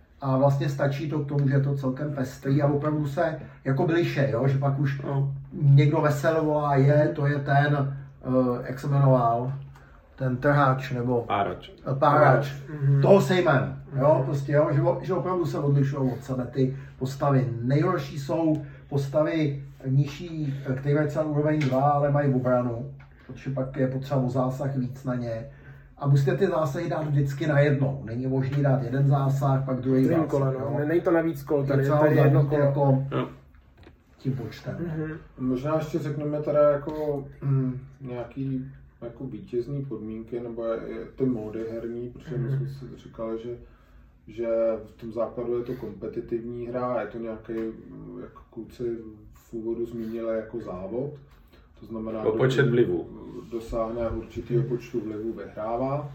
A vlastně stačí to k tomu, že je to celkem pestrý a opravdu se jako bliže, jo? Že pak už No. někdo vesel volá, je, to je ten, uh, jak se jmenoval, ten trhač nebo Párač. párač, mm-hmm. toho sejmen, jo, prostě, jo, že, že opravdu se odlišují od sebe ty postavy. Nejhorší jsou postavy nižší, které mají třeba úroveň dva, ale mají obranu, protože pak je potřeba o zásah víc na ně. A musíte ty zásahy dát vždycky najednou. Není možné dát jeden zásah, pak druhý Druhým zásah. kole, no. Není to navíc kol, tady, Třeba tady je jedno zabít kolo. jako No. tím počtem. Mhm. Možná ještě řekneme teda jako mm, nějaký jako vítězný podmínky nebo je, je, ty módy herní, protože my jsme si říkali, že, že v tom základu je to kompetitivní hra, je to nějaký, jako kluci v úvodu zmínili, jako závod. To znamená, O počet vlivů. dosáhne určitýho počtu vlivů, vyhrává.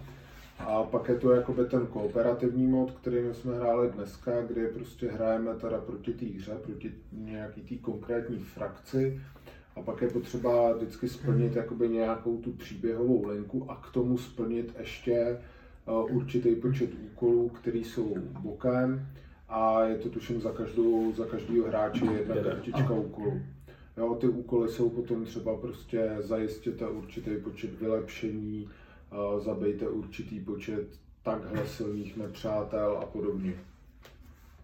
A pak je to jakoby ten kooperativní mod, který my jsme hráli dneska, kdy prostě hrajeme teda proti té hře, proti nějaký té konkrétní frakci. A pak je potřeba vždycky splnit jakoby nějakou tu příběhovou linku a k tomu splnit ještě uh, určitý počet úkolů, které jsou bokem. A je to tuším za, každou, za každého hráče jedna kartička úkolů. Jo, ty úkoly jsou potom třeba prostě zajistěte určitý počet vylepšení, uh, zabijte určitý počet takhle silných nepřátel a podobně.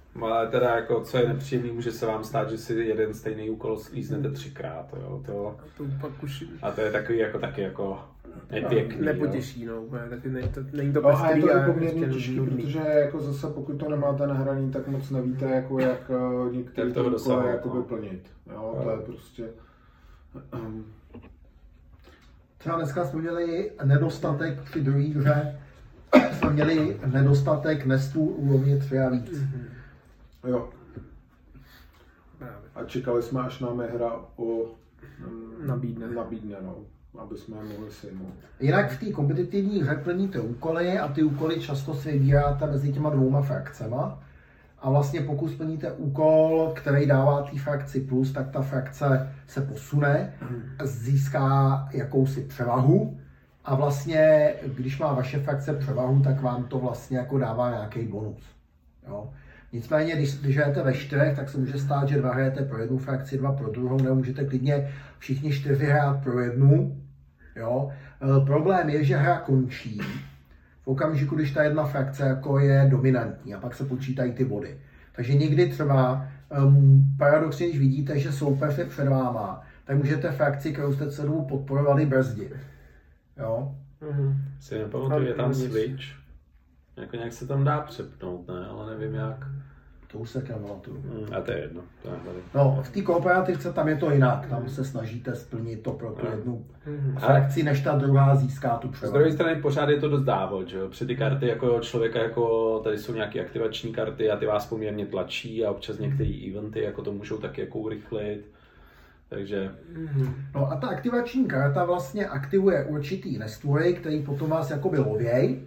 Ale teda jako, co je nepříjemný, může se vám stát, že si jeden stejný úkol slíznete třikrát, jo, to... To pak už... A to je takový jako taky jako nepěkný, nepotěší, no, taky ne, to, není to no, pestrý. A je to a i poměrně ještě těžký, nudný. protože jako zase pokud to nemáte nahraný, tak moc nevíte, jako jak uh, některé toho úkoly dosahovat, jakoby no. plnit. Jo, to je prostě... Um, Třeba dneska jsme měli nedostatek při druhé hře, jsme měli nedostatek nestů úrovně tři a víc. Mhm. jo. Právě. A čekali jsme, až nám je hra o um, Nabídne. nabídne no, aby jsme je mohli sejmout. Jinak v té kompetitivní hře plníte úkoly a ty úkoly často si vybíráte mezi těma dvouma frakcema. A vlastně pokud splníte úkol, který dává té frakci plus, tak ta frakce se posune, získá jakousi převahu a vlastně, když má vaše frakce převahu, tak vám to vlastně jako dává nějaký bonus. Jo? Nicméně, když, když hrajete ve čtyřech, tak se může stát, že dva hrajete pro jednu frakci, dva pro druhou, nebo můžete klidně všichni čtyři hrát pro jednu. Jo? E, problém je, že hra končí v okamžiku, když ta jedna frakce jako je dominantní a pak se počítají ty body. Takže někdy třeba um, paradoxně, když vidíte, že soupeř je před váma, tak můžete frakci, kterou jste celou podporovali, brzdit. Jo? Mhm. Si nepamatuju, je tam Ale- switch. Jako nějak se tam dá přepnout, ne? Ale nevím jak. To už se nepamatuju. Hmm, a to je jedno. To je tady. No, v té kooperativce tam je to jinak. Tam se snažíte splnit to pro tu jednu Mhm. frakci, než ta druhá získá tu Z převahu. druhé strany pořád je to dost dávod, že jo? Při ty karty jako člověka, jako tady jsou nějaké aktivační karty a ty vás poměrně tlačí a občas některé eventy jako to můžou taky jako urychlit. Takže Mhm. No a ta aktivační karta vlastně aktivuje určitý nestvory, který potom vás jakoby lověj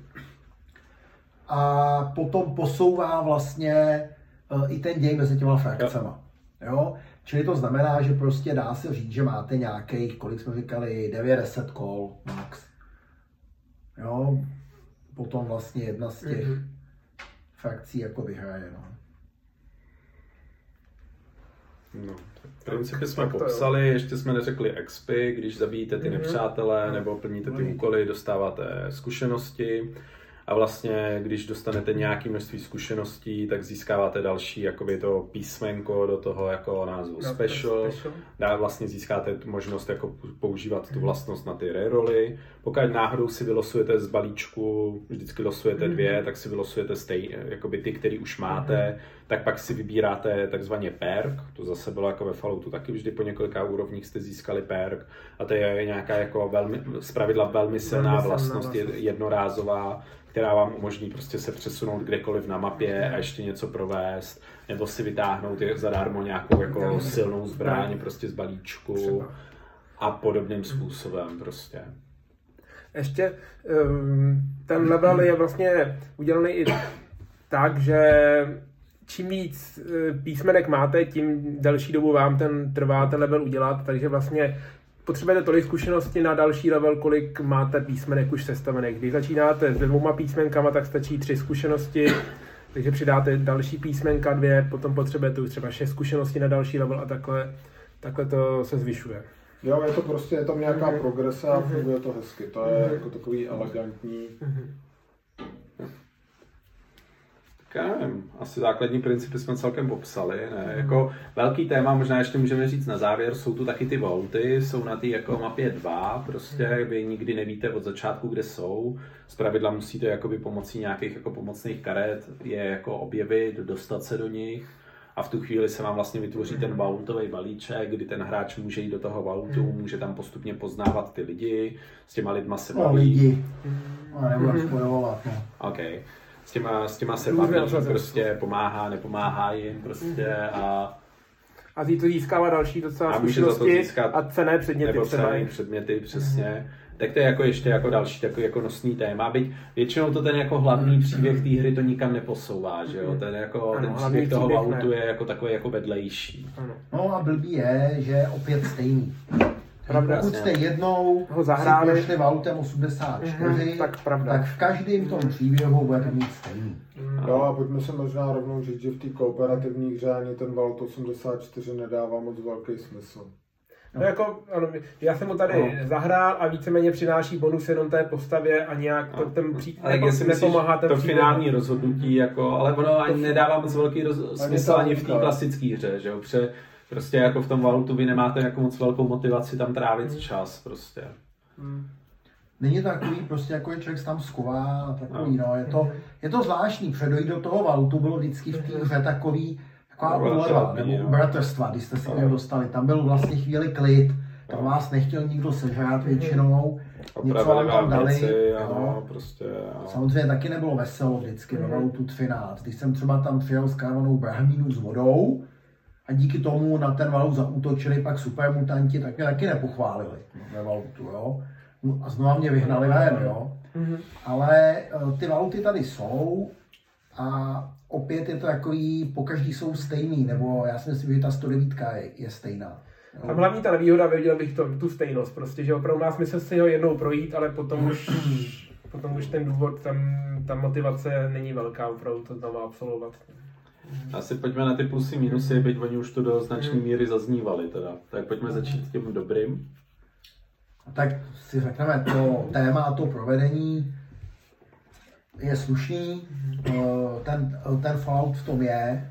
a potom posouvá vlastně uh, i ten děj mezi těma frakcema. Jo? Čili to znamená, že prostě dá se říct, že máte nějakých, kolik jsme říkali, devět deset kol max. Jo? Potom vlastně jedna z těch Mhm. frakcí jako vyhraje. No. no, principy jsme tak to jo. popsali, ještě jsme neřekli expy, když zabijíte ty Mhm. nepřátelé nebo plníte ty úkoly, dostáváte zkušenosti. A vlastně, když dostanete nějaké množství zkušeností, tak získáváte další jakoby to písmenko do toho jako názvu No, special. special. Dá vlastně získáte tu možnost jako používat tu vlastnost na ty reroly. Pokud náhodou si vylosujete z balíčku, vždycky losujete dvě, tak si vylosujete stej, jakoby ty, který už máte, tak pak si vybíráte takzvaně perk, to zase bylo jako ve Falloutu taky vždy po několika úrovních jste získali perk a to je nějaká jako velmi, zpravidla velmi silná Velmi silná vlastnost, je- vlastnost. jednorázová, která vám umožní prostě se přesunout kdekoliv na mapě a ještě něco provést, nebo si vytáhnout je zadarmo nějakou jako silnou zbraň prostě z balíčku Třeba. a podobným způsobem prostě. Ještě um, ten level je vlastně udělaný i tak, že čím víc eh, písmenek máte, tím delší dobu vám ten trvá ten level udělat, takže vlastně potřebujete tolik zkušenosti na další level, kolik máte písmenek už sestavených. Když začínáte s dvěma písmenkama, tak stačí tři zkušenosti, takže přidáte další písmenka dvě, potom potřebujete už třeba šest zkušeností na další level a takhle, takhle to se zvyšuje. Jo, je to prostě, je tam nějaká Mhm. progrese a Mhm. funguje to hezky. To je Mhm. jako takový elegantní. Tak já nevím, asi základní principy jsme celkem popsali, ne? Jako velký téma, možná ještě můžeme říct na závěr, jsou tu taky ty vaulty, jsou na té jako mapě dva, prostě vy nikdy nevíte od začátku, kde jsou. Zpravidla musíte jakoby pomocí nějakých jako pomocných karet je jako objevit, dostat se do nich. A v tu chvíli se vám vlastně vytvoří ten vaultový balíček, kdy ten hráč může jít do toho vaultu, může tam postupně poznávat ty lidi, s těma lidma se No, baví. lidi. No, nebudem spojovat, no. OK. S těma, s těma se Různé baví, osazenstvo. prostě pomáhá, nepomáhá jim prostě a A to získává další docela A může za to zkušenosti získat a cenné předměty nebo třeba. cenné předměty, přesně. Tak to je jako ještě jako další takový jako nosný téma. Byť většinou to ten jako hlavní příběh té hry to nikam neposouvá, že jo? Ten jako Ano, ten hlavní příběh toho příběh vaultu ne. je jako takový jako vedlejší. Ano. No a blbý je, že je opět stejný. Pravda, Pokud jasně. jste jednou Ho zahráli. si prošli autem osmdesát čtyři, Mhm, tak pravda. tak v každém tom příběhu budete mít stejný. Jo, a pojďme se možná rovnou říct, že v té kooperativní hře ani ten Vault osmdesát čtyři nedává moc velký smysl. No, no jako, ano, já jsem ho tady no. zahrál a víceméně přináší bonus jenom té postavě a nějak to, ten pří, ale jako, si nepomáhá ten to příběh. finální rozhodnutí, jako, ale ono ani nedává moc velký roz, smysl ani v té klasické hře, že jo, Pře, prostě jako v tom Vaultu vy nemáte jako moc velkou motivaci tam trávit hmm. čas prostě. Hmm. Není to takový prostě jako je člověk tam schová a takový, no, no je to, je to zvláštní, předojít do toho Vaultu bylo vždycky v té hře takový, taková úleva, nebo bratrstva, když jste se tam dostali, tam byl vlastně chvíli klid, tam vás nechtěl nikdo sežrát většinou, něco vám tam dali, věci, ano, prostě, ano. Samozřejmě taky nebylo veselo vždycky ve Vaultu třináct, když jsem třeba tam přijel s kávanou brahmínu s vodou a díky tomu na ten Vault zaútočili pak supermutanti, tak mě taky nepochválili ve Vaultu, jo. A znovu mě vyhnali ven, jo. Mm-hmm. Ale ty Vaulty tady jsou a opět je to takový, pokaždý jsou stejný, nebo já si myslím, že ta sto devět je, je stejná. Jo. Tam hlavní ta nevýhoda, viděl bych to, tu stejnost, prostě, že opravdu má smysl si ho jednou projít, ale potom už, potom už ten důvod, tam, ta motivace není velká opravdu to znovu absolvovat. Asi pojďme na ty plusy, minusy, byť oni už to do značné míry zaznívali teda. Tak pojďme začít tím dobrým. Tak si řekneme, to téma a to provedení je slušný, ten, ten Fallout v tom je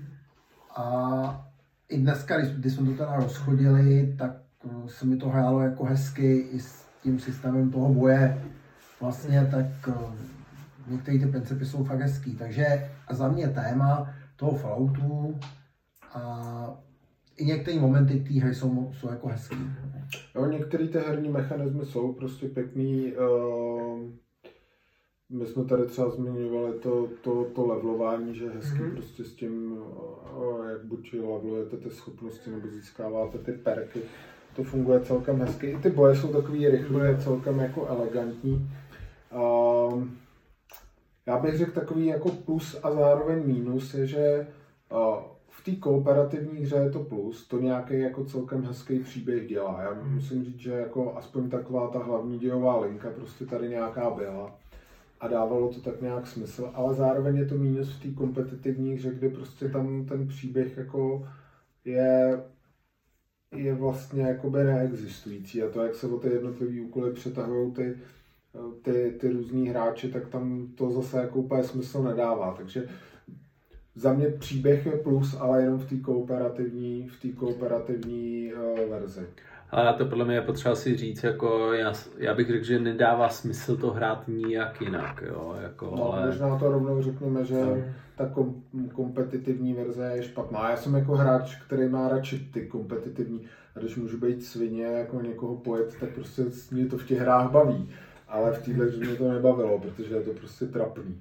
a i dneska, když, když jsme to teda rozchodili, tak se mi to hrálo jako hezky i s tím systémem toho boje vlastně, tak některé ty principy jsou fakt hezký, takže za mě téma toho Falloutu a i některé momenty té hry jsou, jsou jako hezký. Jo, některé ty herní mechanismy jsou prostě pěkný. Uh, my jsme tady třeba zmiňovali to, to, to levelování, že je hezký mm-hmm. prostě s tím, uh, jak buď levelujete ty schopnosti nebo získáváte ty perky. To funguje celkem hezky. I ty boje jsou takový rychlé, celkem jako elegantní. Uh, já bych řekl takový jako plus a zároveň mínus je, že uh, v té kooperativní hře je to plus, to nějaký jako celkem hezký příběh dělá. Já musím říct, že jako aspoň taková ta hlavní dějová linka prostě tady nějaká byla a dávalo to tak nějak smysl, ale zároveň je to mínus v té kompetitivní hře, kde prostě tam ten příběh jako je, je vlastně jakoby neexistující a to, jak se o ty jednotlivé úkoly přetahují ty, ty, ty různý hráči, tak tam to zase jako úplně smysl nedává, takže za mě příběh je plus, ale jenom v té kooperativní, v té kooperativní uh, verzi. Ale to podle mě je potřeba si říct, jako já, já bych řekl, že nedává smysl to hrát nijak jinak, jo, jako, no, ale... Možná to rovnou řekneme, že no. ta kom, kompetitivní verze je špatná. Já jsem jako hráč, který má radši ty kompetitivní, a když můžu být svině, jako někoho pojet, tak prostě mě to v těch hrách baví. Ale v téhle hře mě to nebavilo, protože je to prostě trapný.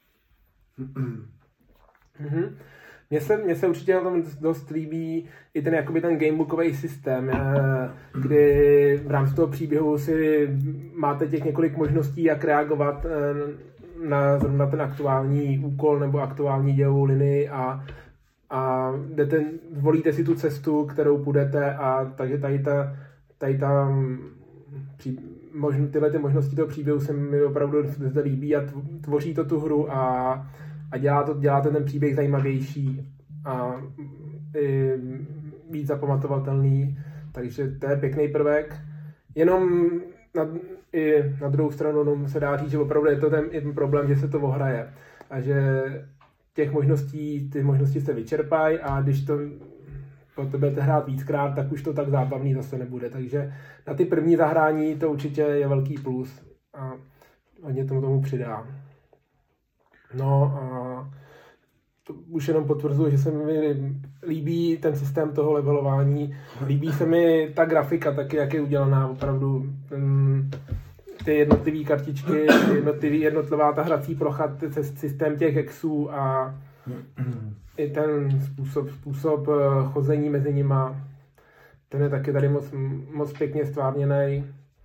Mm-hmm. Mně se, mně se určitě na tom dost líbí i ten, jakoby ten gamebookový systém, kdy v rámci toho příběhu si máte těch několik možností, jak reagovat na, na ten aktuální úkol nebo aktuální dějovou linii a, a jdete, zvolíte si tu cestu, kterou půjdete a takže tady ta, tady ta pří, možno, tyhle ty možnosti toho příběhu se mi opravdu zde líbí a tvoří to tu hru a A dělá to, dělá ten příběh zajímavější a i víc zapamatovatelný, takže to je pěkný prvek. Jenom na, i na druhou stranu no, se dá říct, že opravdu je to ten, ten problém, že se to ohraje a že těch možností, ty možnosti se vyčerpají a když to to budete hrát víckrát, tak už to tak zábavný zase nebude, takže na ty první zahrání to určitě je velký plus a hodně tomu tomu přidá. No a to už jenom potvrzuje, že se mi líbí ten systém toho levelování, líbí se mi ta grafika taky, jak je udělaná opravdu, ten, ty jednotlivé kartičky, jednotlivý, jednotlivá ta hrací plocha, systém těch hexů a i ten způsob, způsob chození mezi nima, ten je taky tady moc, moc pěkně stvárněný.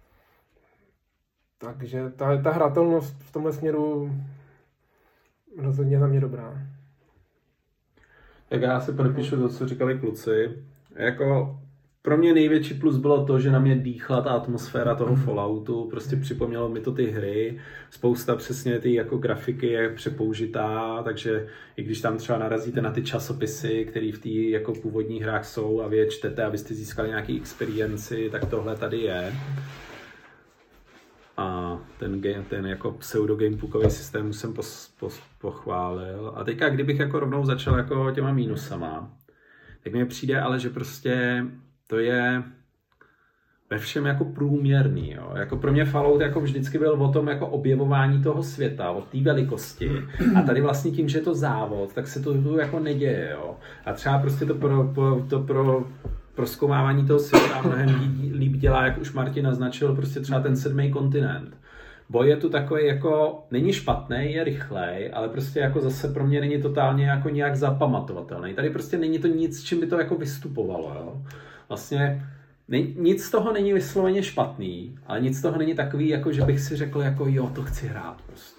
Takže ta, ta hratelnost v tomhle směru rozhodně za mě dobrá. Tak já si podepíšu to, co říkali kluci. Jako pro mě největší plus bylo to, že na mě dýchla ta atmosféra toho Falloutu, prostě připomnělo mi to ty hry, spousta přesně ty jako grafiky je přepoužitá, takže i když tam třeba narazíte na ty časopisy, které v té jako původních hrách jsou a vy je čtete, abyste získali nějaký experienci, tak tohle tady je. A ten, game, ten jako pseudo gamebookový systém jsem pos, pos, pochválil. A teďka, kdybych jako rovnou začal jako těma mínusama, tak mi přijde ale, že prostě to je ve všem jako průměrný. Jo. Jako pro mě Fallout jako vždycky byl o tom jako objevování toho světa, o té velikosti. A tady vlastně tím, že je to závod, tak se to tu jako neděje. Jo. A třeba prostě to pro, pro, to pro prozkoumávání toho světa mnohem líp dělá, jak už Martin naznačil, prostě třeba ten sedmý kontinent. Boj je tu takový jako, není špatný, je rychlej, ale prostě jako zase pro mě není totálně jako nějak zapamatovatelný. Tady prostě není to nic, čím by to jako vystupovalo. Jo. Vlastně ne, nic z toho není vysloveně špatný, ale nic z toho není takový, jako že bych si řekl, jako jo, to chci hrát prostě.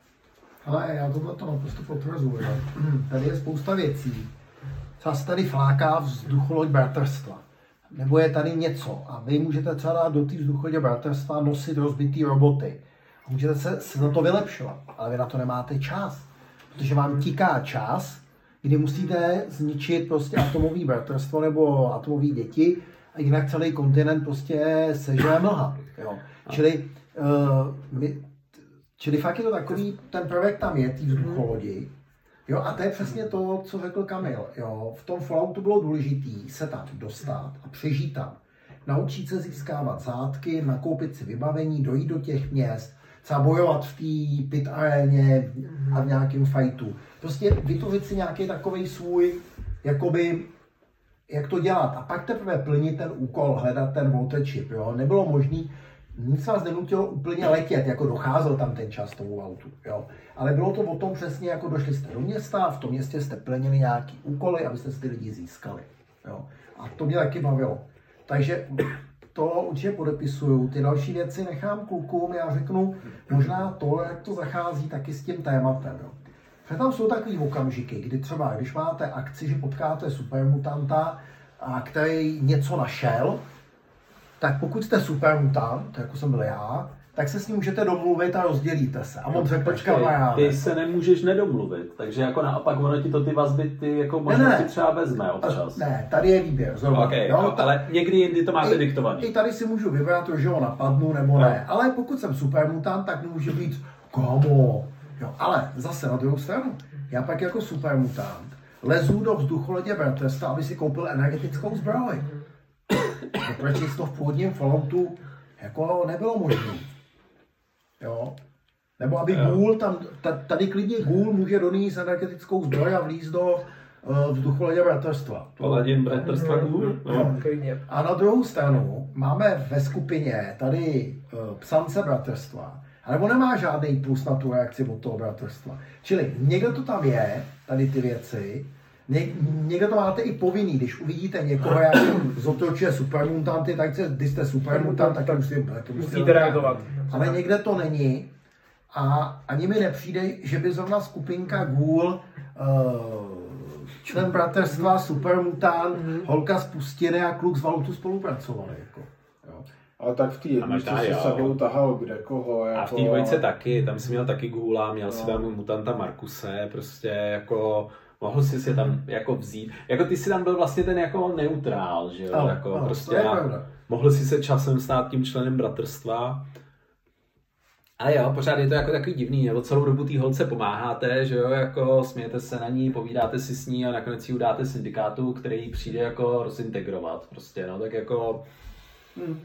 Ale já tohle to naprosto potvrzuji. Tady je spousta věcí. Třeba se tady fláká vzducholoď bratrstva. Nebo je tady něco a vy můžete třeba dát do té vzducholodě bratrstva nosit rozbitý roboty. A můžete se, se za to vylepšovat, ale vy na to nemáte čas. Protože vám tiká čas, kdy musíte zničit prostě atomový bratrstvo nebo atomové děti a jinak celý kontinent prostě sežere mlha. Jo. Čili, uh, my, čili fakt je to takový, ten prvek tam je, tý vzducholodi. Jo, a to je přesně to, co řekl Kamil. Jo. V tom Falloutu bylo důležité se tam dostat a přežít tam. Naučit se získávat zátky, nakoupit si vybavení, dojít do těch měst, třeba bojovat v té pit aréně a v nějakém fightu. Prostě vytvořit si nějaký takový svůj, jakoby, jak to dělat. A pak teprve plnit ten úkol, hledat ten water chip. Jo. Nebylo možné, nic vás nenutilo úplně letět, jako docházel tam ten čas tomu autu. Jo. Ale bylo to o tom přesně, jako došli jste do města a v tom městě jste plnili nějaký úkoly, abyste si ty lidi získali. Jo. A to mě taky bavilo. Takže to určitě podepisuju. Ty další věci nechám klukům, já řeknu možná to, jak to zachází taky s tím tématem. Jo. Protože tam jsou takový okamžiky, kdy třeba, když máte akci, že potkáte supermutanta, a který něco našel, tak pokud jste supermutant, jako jsem byl já, tak se s ním můžete domluvit a rozdělíte se. A on řekl, počkej, ty se nemůžeš nedomluvit, takže jako naopak ono ti to ty vazby ty jako možnosti ne, ne. třeba vezme občas. Ne, tady je výběr. Zrovna, okay, jo, ta, ale někdy jindy to máte i, diktovaný. I tady si můžu vybrat, že ho napadnu nebo no. ne. Ale pokud jsem supermutant, tak může být komu. Jo, ale zase na druhou stranu, já pak jako supermutant lezu do vzducholodě bratrstva, aby si koupil energetickou zbroj. Proč to v původním Falloutu jako nebylo možné. Jo? Nebo aby Ghoul tam, tady klidně Ghoul může donést energetickou zbroj a vlízt do uh, vzducholodě bratrstva. Paladin bratrstva Ghoul. No. A na druhou stranu máme ve skupině tady uh, psance bratrstva, ale on nemá žádný plus na tu reakci od toho bratrstva. Čili někdo to tam je, tady ty věci, Ně, někdo to máte i povinný, když uvidíte někoho, jak zotročuje supermutanty, tak se, když jste supermutant, tak musíte, musíte reagovat. Ale někde to není a ani mi nepřijde, že by zrovna skupinka Ghoul, uh, člen bratrstva, supermutant, holka z pustiny a kluk z Valutu spolupracovali. Jako. Jo. Ale tak v té jedničce si sebou tahal kde koho. Jako... A v té dvojce taky, tam si měl taky Ghula, měl no. si tam mutanta Markuse, prostě jako... Mohl jsi si tam jako vzít, jako ty jsi tam byl vlastně ten jako neutrál, že jo, no, jako no, prostě mohl si se časem stát tím členem bratrstva. Ale jo, pořád je to jako takový divný, nebo celou dobu té holce pomáháte, že jo, jako smějete se na ní, povídáte si s ní a nakonec ji udáte syndikátu, který přijde jako rozintegrovat prostě, no, tak jako hm.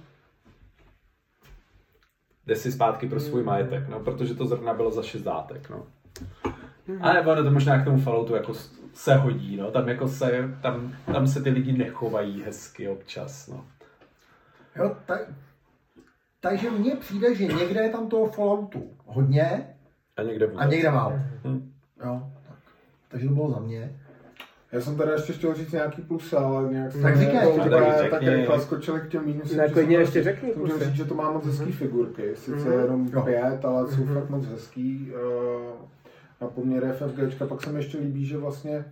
jde si zpátky pro svůj majetek, no, protože to zrovna bylo za šestdátek, no. Ale ono to možná k tomu Falloutu jako se hodí, no, tam jako se, tam, tam se ty lidi nechovají hezky občas, no. Jo, tak, takže mně přijde, že někde je tam toho Falloutu hodně a někde vůbec. A někde málo. Hmm. Jo, tak. Takže to bylo za mě. Já jsem tady ještě chtěl říct nějaký plus, ale nějak tak říkej, tak rychle skočili k těm mínusům. Ne, klidně ještě řekni. Můžu říct, že to má moc hezký figurky, sice mm-hmm. jenom jo. pět, ale jsou fakt moc hezký. Na poměr FFGčka, pak se mi ještě líbí, že vlastně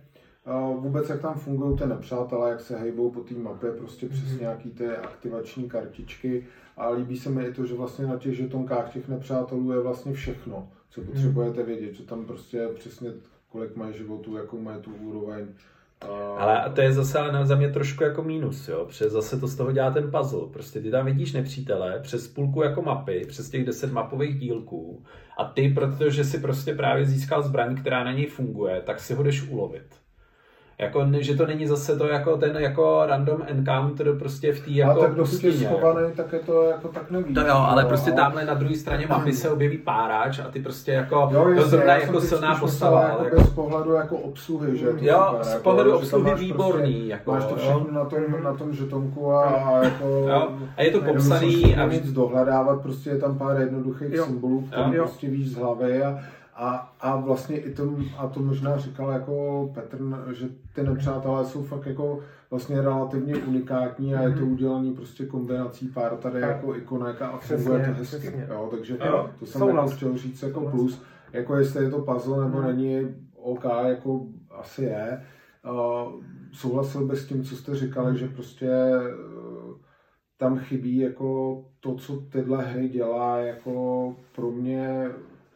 vůbec jak tam fungují ty nepřátelé, jak se hejbou po té mapě, prostě přes mm-hmm. nějaký ty aktivační kartičky. A líbí se mi i to, že vlastně na těch žetonkách těch nepřátelů je vlastně všechno, co potřebujete vědět, že tam prostě přesně kolik mají životů, jakou mají tu úroveň. Ale a to je zase ale za mě trošku jako mínus, jo, protože zase to z toho dělá ten puzzle. Prostě ty tam vidíš nepřítele přes půlku jako mapy, přes těch deset mapových dílků a ty, protože si prostě právě získal zbraň, která na něj funguje, tak si ho jdeš ulovit. Jako, že to není zase to jako ten jako random encounter prostě v té jako ale tak dokud je schovaný, tak je to jako tak nevíš. To jo, ale prostě tamhle na druhé straně mapy se objeví párač a ty prostě jako jo, to zrovna jako silná postava. Jako ale bez pohledu jako obsluhy, že? To jo, super, z jako, pohledu obsluhy výborný. Prostě, jako, máš to všechno na tom, na tom žetonku a, a jako... Jo, a je to popsaný. A víc dohledávat, prostě je tam pár jednoduchých jo. symbolů, které prostě víš z hlavy a A, a vlastně i to, a to možná říkal jako Petr, že ty nepřátelé jsou fakt jako vlastně relativně unikátní a je to udělané prostě kombinací pár tady jako ikonek a funguje to hezky. Jo, takže jo, to jsem jako chtěl říct jako plus. Jako jestli je to puzzle nebo není OK, jako asi je. Uh, souhlasil bych s tím, co jste říkali, že prostě uh, tam chybí jako to, co tyhle hry dělá jako pro mě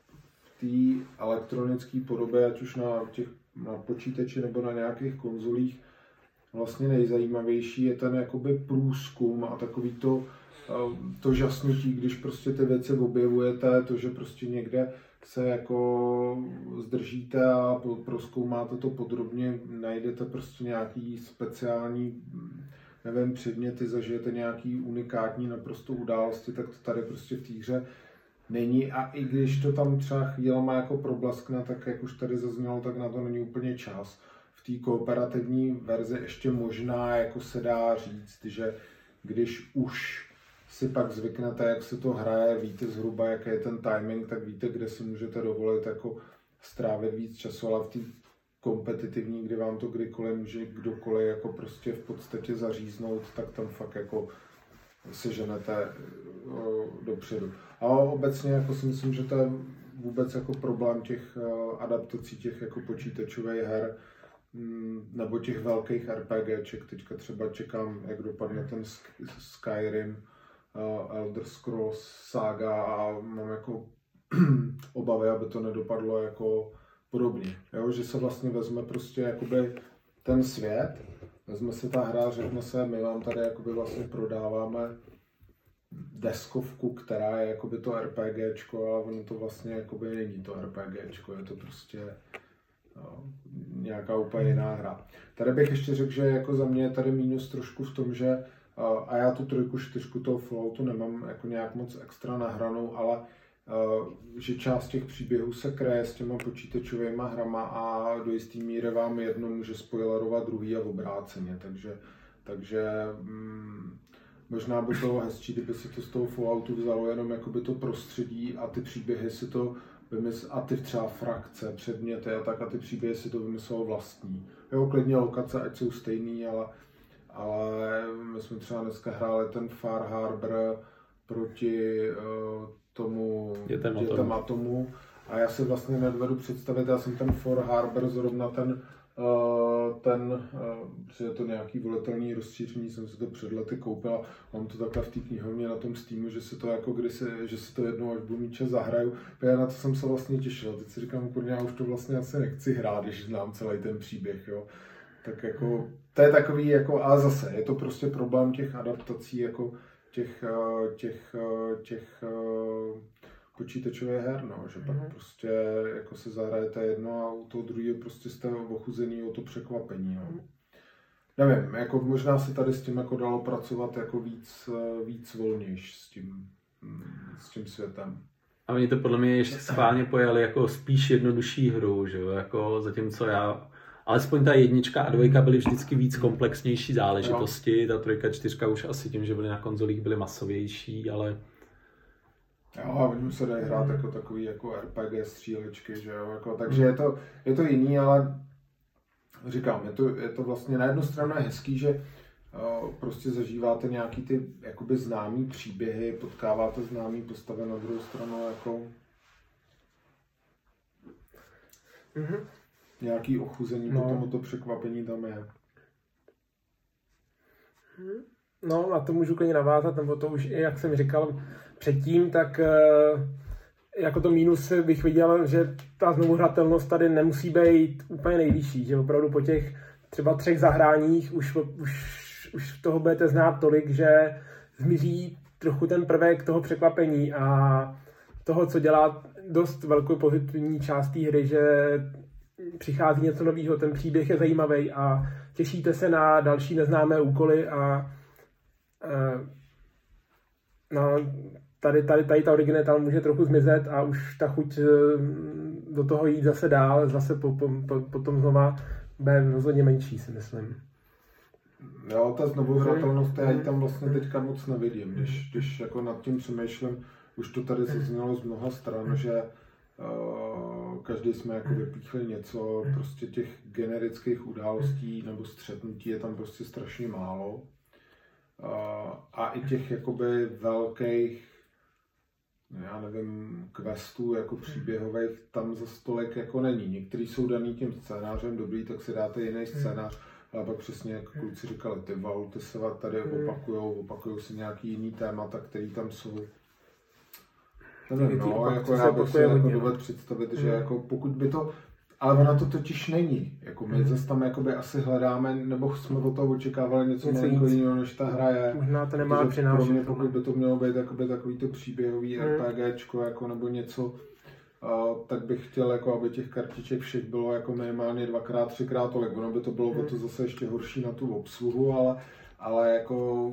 té elektronické podobě, ať už na, těch, na počítači nebo na nějakých konzolích, vlastně nejzajímavější je ten jakoby průzkum a takový to, to žasnutí, když prostě ty věci objevujete, to, že prostě někde se jako zdržíte a prozkoumáte to podrobně, najdete prostě nějaký speciální, nevím, předměty, zažijete nějaký unikátní naprosto události, tak to tady prostě v té hře není a i když to tam třeba chvílema jako problaskne, tak jak už tady zaznělo, tak na to není úplně čas. V té kooperativní verzi ještě možná jako se dá říct, že když už si pak zvyknete, jak se to hraje, víte zhruba, jaký je ten timing, tak víte, kde si můžete dovolit jako strávit víc času, ale v té kompetitivní, kdy vám to kdykoliv může kdokoliv jako prostě v podstatě zaříznout, tak tam fakt jako se ženete dopředu. A obecně jako si myslím, že to je vůbec jako problém těch adaptací těch jako počítačových her nebo těch velkých RPGček. Teďka třeba čekám, jak dopadne ten Skyrim, Elder Scrolls Saga a mám jako obavy, aby to nedopadlo jako podobně. Jo? Že se vlastně vezme prostě jakoby ten svět, vezme se ta hra, řekne se, my vám tady jakoby vlastně prodáváme deskovku, která je jakoby to RPGčko, ale ono to vlastně jakoby není to RPGčko, je to prostě no, nějaká úplně jiná hra. Tady bych ještě řekl, že jako za mě je tady mínus trošku v tom, že a já tu trojku, čtyřku toho Falloutu nemám jako nějak moc extra nahranou, ale že část těch příběhů se kraje s těma počítačovými hrama a do jistý míry vám jedno může spoilerovat druhý a obráceně, takže, takže mm, možná by bylo hezčí, kdyby si to z toho Falloutu vzalo jenom jakoby to prostředí a ty příběhy si to vymysl, a ty třeba frakce, předměty a tak a ty příběhy si to vymyslelo vlastní. Jo, klidně lokace, ať jsou stejný, ale, ale my jsme třeba dneska hráli ten Far Harbor proti uh, tomu dětem, dětem atomu a já si vlastně nedovedu představit, já jsem ten Far Harbor zrovna ten, uh, ten uh, že je to nějaký volitelný rozšíření, jsem si to před lety koupil, mám to takhle v té knihovně na tom Steamu, že se to jako kdysi, že si to jednou až budu mít čas zahraju, já na to jsem se vlastně těšil, teď si říkám, kurně, já už to vlastně asi nechci hrát, když znám celý ten příběh, jo. Tak jako, to je takový jako, a zase, je to prostě problém těch adaptací, jako těch, těch, těch počítačových her, no, že pak mm-hmm. prostě jako se zahrajete jedno a u toho druhého prostě jste ochuzený o to překvapení, no. Nevím, jako možná se tady s tím jako dalo pracovat jako víc, víc volnějš s tím, s tím světem. A oni to podle mě ještě schválně pojali jako spíš jednodušší hru, že jo, jako zatímco já, alespoň ta jednička a dvojka byly vždycky víc komplexnější záležitosti, ta trojka, čtyřka už asi tím, že byly na konzolích, byly masovější, ale... Jo, a oni se dají hrát jako takový jako R P G střílečky, že jo, jako, takže je to, je to jiný, ale říkám, je to, je to vlastně na jednu stranu je hezký, že uh, prostě zažíváte nějaký ty jakoby známý příběhy, potkáváte známý postavy, na druhou stranu jako... Mm-hmm. nějaký ochuzení, No. potom to překvapení tam je. No, na to můžu klidně navázat, nebo to už, jak jsem říkal předtím, tak jako to mínus bych viděl, že ta znovuhratelnost tady nemusí být úplně nejvyšší, že opravdu po těch třeba třech zahráních už, už, už toho budete znát tolik, že zmizí trochu ten prvek toho překvapení a toho, co dělá dost velkou pozitivní část té hry, že přichází něco nového, ten příběh je zajímavý a těšíte se na další neznámé úkoly a no, tady, tady, tady ta originalita může trochu zmizet a už ta chuť do toho jít zase dál, zase po, po, po, potom znova bude rozhodně menší, si myslím. Jo, ta znovuhratelnost, já ji tam vlastně teďka moc nevidím, když, když jako nad tím přemýšlím, už to tady zaznělo z mnoha stran, že uh, každý jsme jako vypíchli něco, prostě těch generických událostí nebo střetnutí je tam prostě strašně málo. Uh, a i těch jakoby velkých, já nevím, questů jako příběhových tam za stolik jako není. Některý jsou daný tím scénářem dobrý, tak si dáte jiný scénář, ale pak přesně, jak kluci říkali, ty vaulty se tady opakujou, opakujou si nějaký jiný témata, který tam jsou. Nevím, no, jako já bych si jako dovedl představit, že jako pokud by to, ale ono to totiž není. Jako my zase tam jakoby asi hledáme, nebo jsme od toho očekávali něco malinko jiného, než ta hra je. Možná to nemá přinášet. Pro mě, pokud by to mělo být jakoby takový to příběhový hmm. RPGčko, jako nebo něco, uh, tak bych chtěl, jako, aby těch kartiček všech bylo jako minimálně dvakrát, třikrát tolik. Ono by to bylo hmm. o to zase ještě horší na tu obsluhu, ale, ale jako...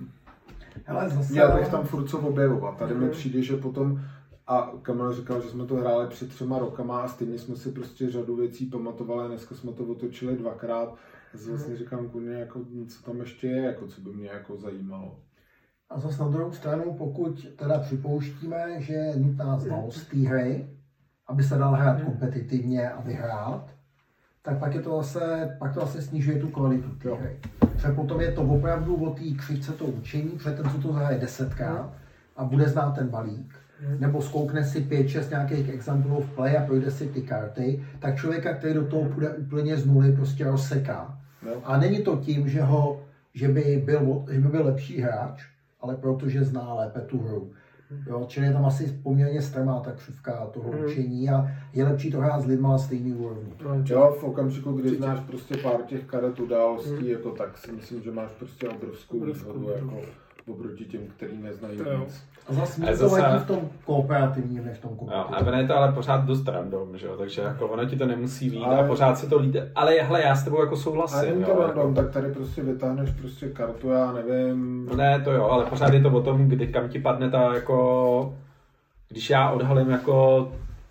Ale zase... Měl bych tam furt co objevovat. Tady hmm. mi přijde, že potom a Kamil říkal, že jsme to hráli před třema rokama a stejně jsme si prostě řadu věcí pamatovali, dneska jsme to otočili dvakrát. A vlastně říkám, kurně, jako, co tam ještě je, jako, co by mě jako zajímalo. A zase na druhou stranu, pokud teda připouštíme, že je nutná znalost té hry, aby se dal hrát kompetitivně a vyhrát, tak pak je to zase, pak to zase snižuje tu kvalitu té hry. Protože potom je to opravdu o té křivce to učení, protože ten, co to zahraje desetkrát a bude znát ten balík, nebo zkoukne si pět, šest nějakých exemplů v play a projde si ty karty, tak člověka, který do toho půjde úplně z nuly, prostě rozseká. No. A není to tím, že, ho, že, by byl, že by byl lepší hráč, ale protože zná lépe tu hru. Jo, čili je tam asi poměrně strmá ta křivka toho mm. učení a je lepší to hrát s lidma na stejný úrovni. Jo, v okamžiku, kdy znáš prostě pár těch karet událostí, mm. jako, tak si myslím, že máš prostě obrovskou výhodu jako oproti těm, který neznají nic. A zase mě to vadí v tom kooperativním, než v tom kompetitivním. A je to ale pořád dost random, že jo? Takže jako ono ti to nemusí vít ale... a pořád se to líde. Ale hele, já s tebou jako souhlasím. Ale není to jo, random, jako... tak tady prostě vytáhneš prostě kartu, já nevím. No ne, to jo, ale pořád je to o tom, kdy kam ti padne ta jako... Když já odhalím jako...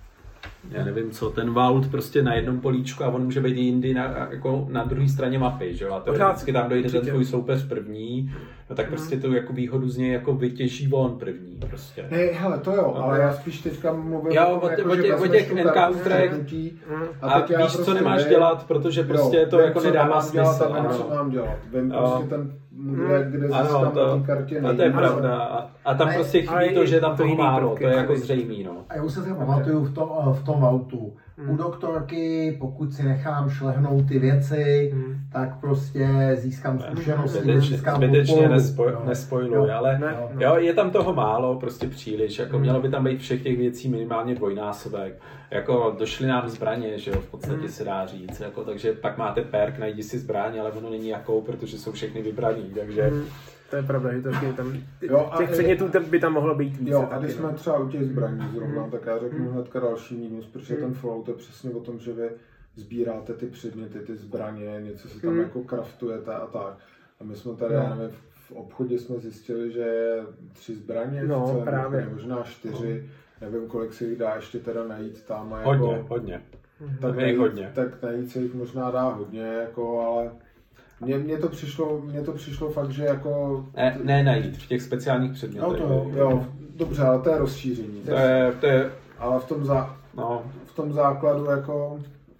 Já nevím co, ten vault prostě na jednom políčku a on může být jindy na, jako na druhé straně mapy, že jo? A teoreticky tam dojde ten tvůj soupeř první, no tak prostě tu jako výhodu z něj jako vytěží on první prostě. Ne, hele, to jo, no, ale já spíš teďka mluvím jo, o, jako, o, těch, o těch encounterech a, a víš, prostě co nemáš nevím, dělat, protože prostě jo, to vím, jako nedává smysl. A vím, co mám dělat, vím prostě ten, kde, kde získám na té kartě nejvíc. A to je pravda. A, a tam ne, prostě chybí to, že tam toho málo, to je jako zřejmý, no. A já už se si pamatuju v tom, v tom autu. Hmm. U doktorky, pokud si nechám šlehnout ty věci, hmm. tak prostě získám zkušenosti, zbytečně, získám zbytečně nespoj, nespojluj, ale no, no. Jo, je tam toho málo, prostě příliš, jako hmm. mělo by tam být všech těch věcí minimálně dvojnásobek, jako došly nám zbraně, že jo, v podstatě hmm. se dá říct, jako, takže pak máte perk, najdi si zbraň, ale ono není jakou, protože jsou všechny vybraný, takže... Hmm. To je pravda, že to je tam, jo, těch předmětů by tam mohlo být více. Jo, a když jsme třeba u těch zbraní zrovna, mm. tak já řeknu mm. hnedka další mínus, protože mm. ten Fallout je přesně o tom, že vy sbíráte ty předměty, ty zbraně, něco si tam mm. jako craftujete a tak. A my jsme tady, no. já nevím, v obchodě jsme zjistili, že je tři zbraně, no, právě. možná čtyři, no. nevím, kolik se jich dá ještě teda najít tam. A hodně, jako, hodně. Tak najít, hodně. Tak najít se jich možná dá hodně, jako, ale... Mně, mně, to přišlo, mně to přišlo fakt, že jako... Ne, ne najít, v těch speciálních předmětech. No to jo, jo, dobře, ale to je rozšíření. To je, to je... Ale v tom, zá, no. v tom základu jako...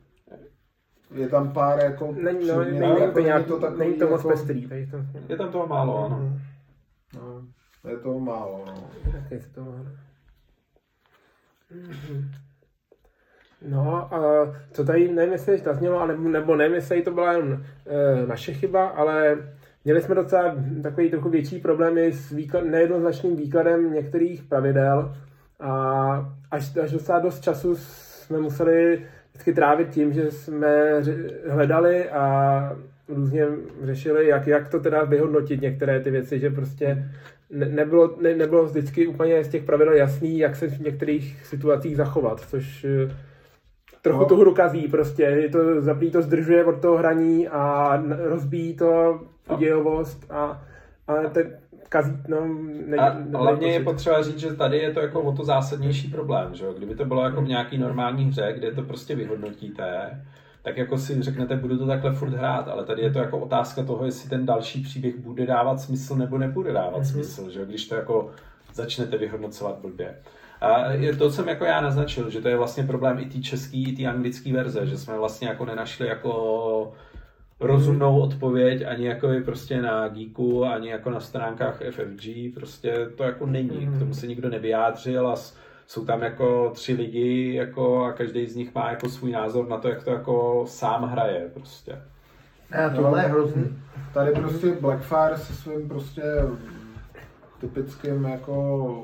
Je tam pár jako... Není, no, není, jako, to, nějak, to takový, není to moc jako, pestrý. To... Je tam toho málo, ano. No, je toho málo, no. Tak je to málo. No a co tady, nevím, jestli zaznělo, ale nebo nevím, jestli to byla jen e, naše chyba, ale měli jsme docela takový trochu větší problémy s výklad, nejednoznačným výkladem některých pravidel a až, až docela dost času jsme museli vždycky trávit tím, že jsme hledali a různě řešili, jak, jak to teda vyhodnotit některé ty věci, že prostě ne, nebylo, ne, nebylo vždycky úplně z těch pravidel jasný, jak se v některých situacích zachovat, což trochu no. tu hru kazí prostě, je to, zaprý to zdržuje od toho hraní a rozbíjí to dějovost a, a ten kazí, no... Ne, a hlavně je potřeba říct, že tady je to jako o to zásadnější problém, že jo? Kdyby to bylo jako v nějaký normální hře, kde to prostě vyhodnotíte, tak jako si řeknete, budu to takhle furt hrát, ale tady je to jako otázka toho, jestli ten další příběh bude dávat smysl nebo nebude dávat mm-hmm. smysl, že jo? Když to jako začnete vyhodnocovat blbě. A je to, co jsem jako já naznačil, že to je vlastně problém i té české, i té anglické verze, že jsme vlastně jako nenašli jako rozumnou odpověď ani jako je prostě na Geeku, ani jako na stránkách F F G, prostě to jako není, k tomu se nikdo nevyjádřil a jsou tam jako tři lidi jako a každý z nich má jako svůj názor na to, jak to jako sám hraje prostě. Ne, tohle je hrozný. Tady prostě Blackfire se svým prostě typickým jako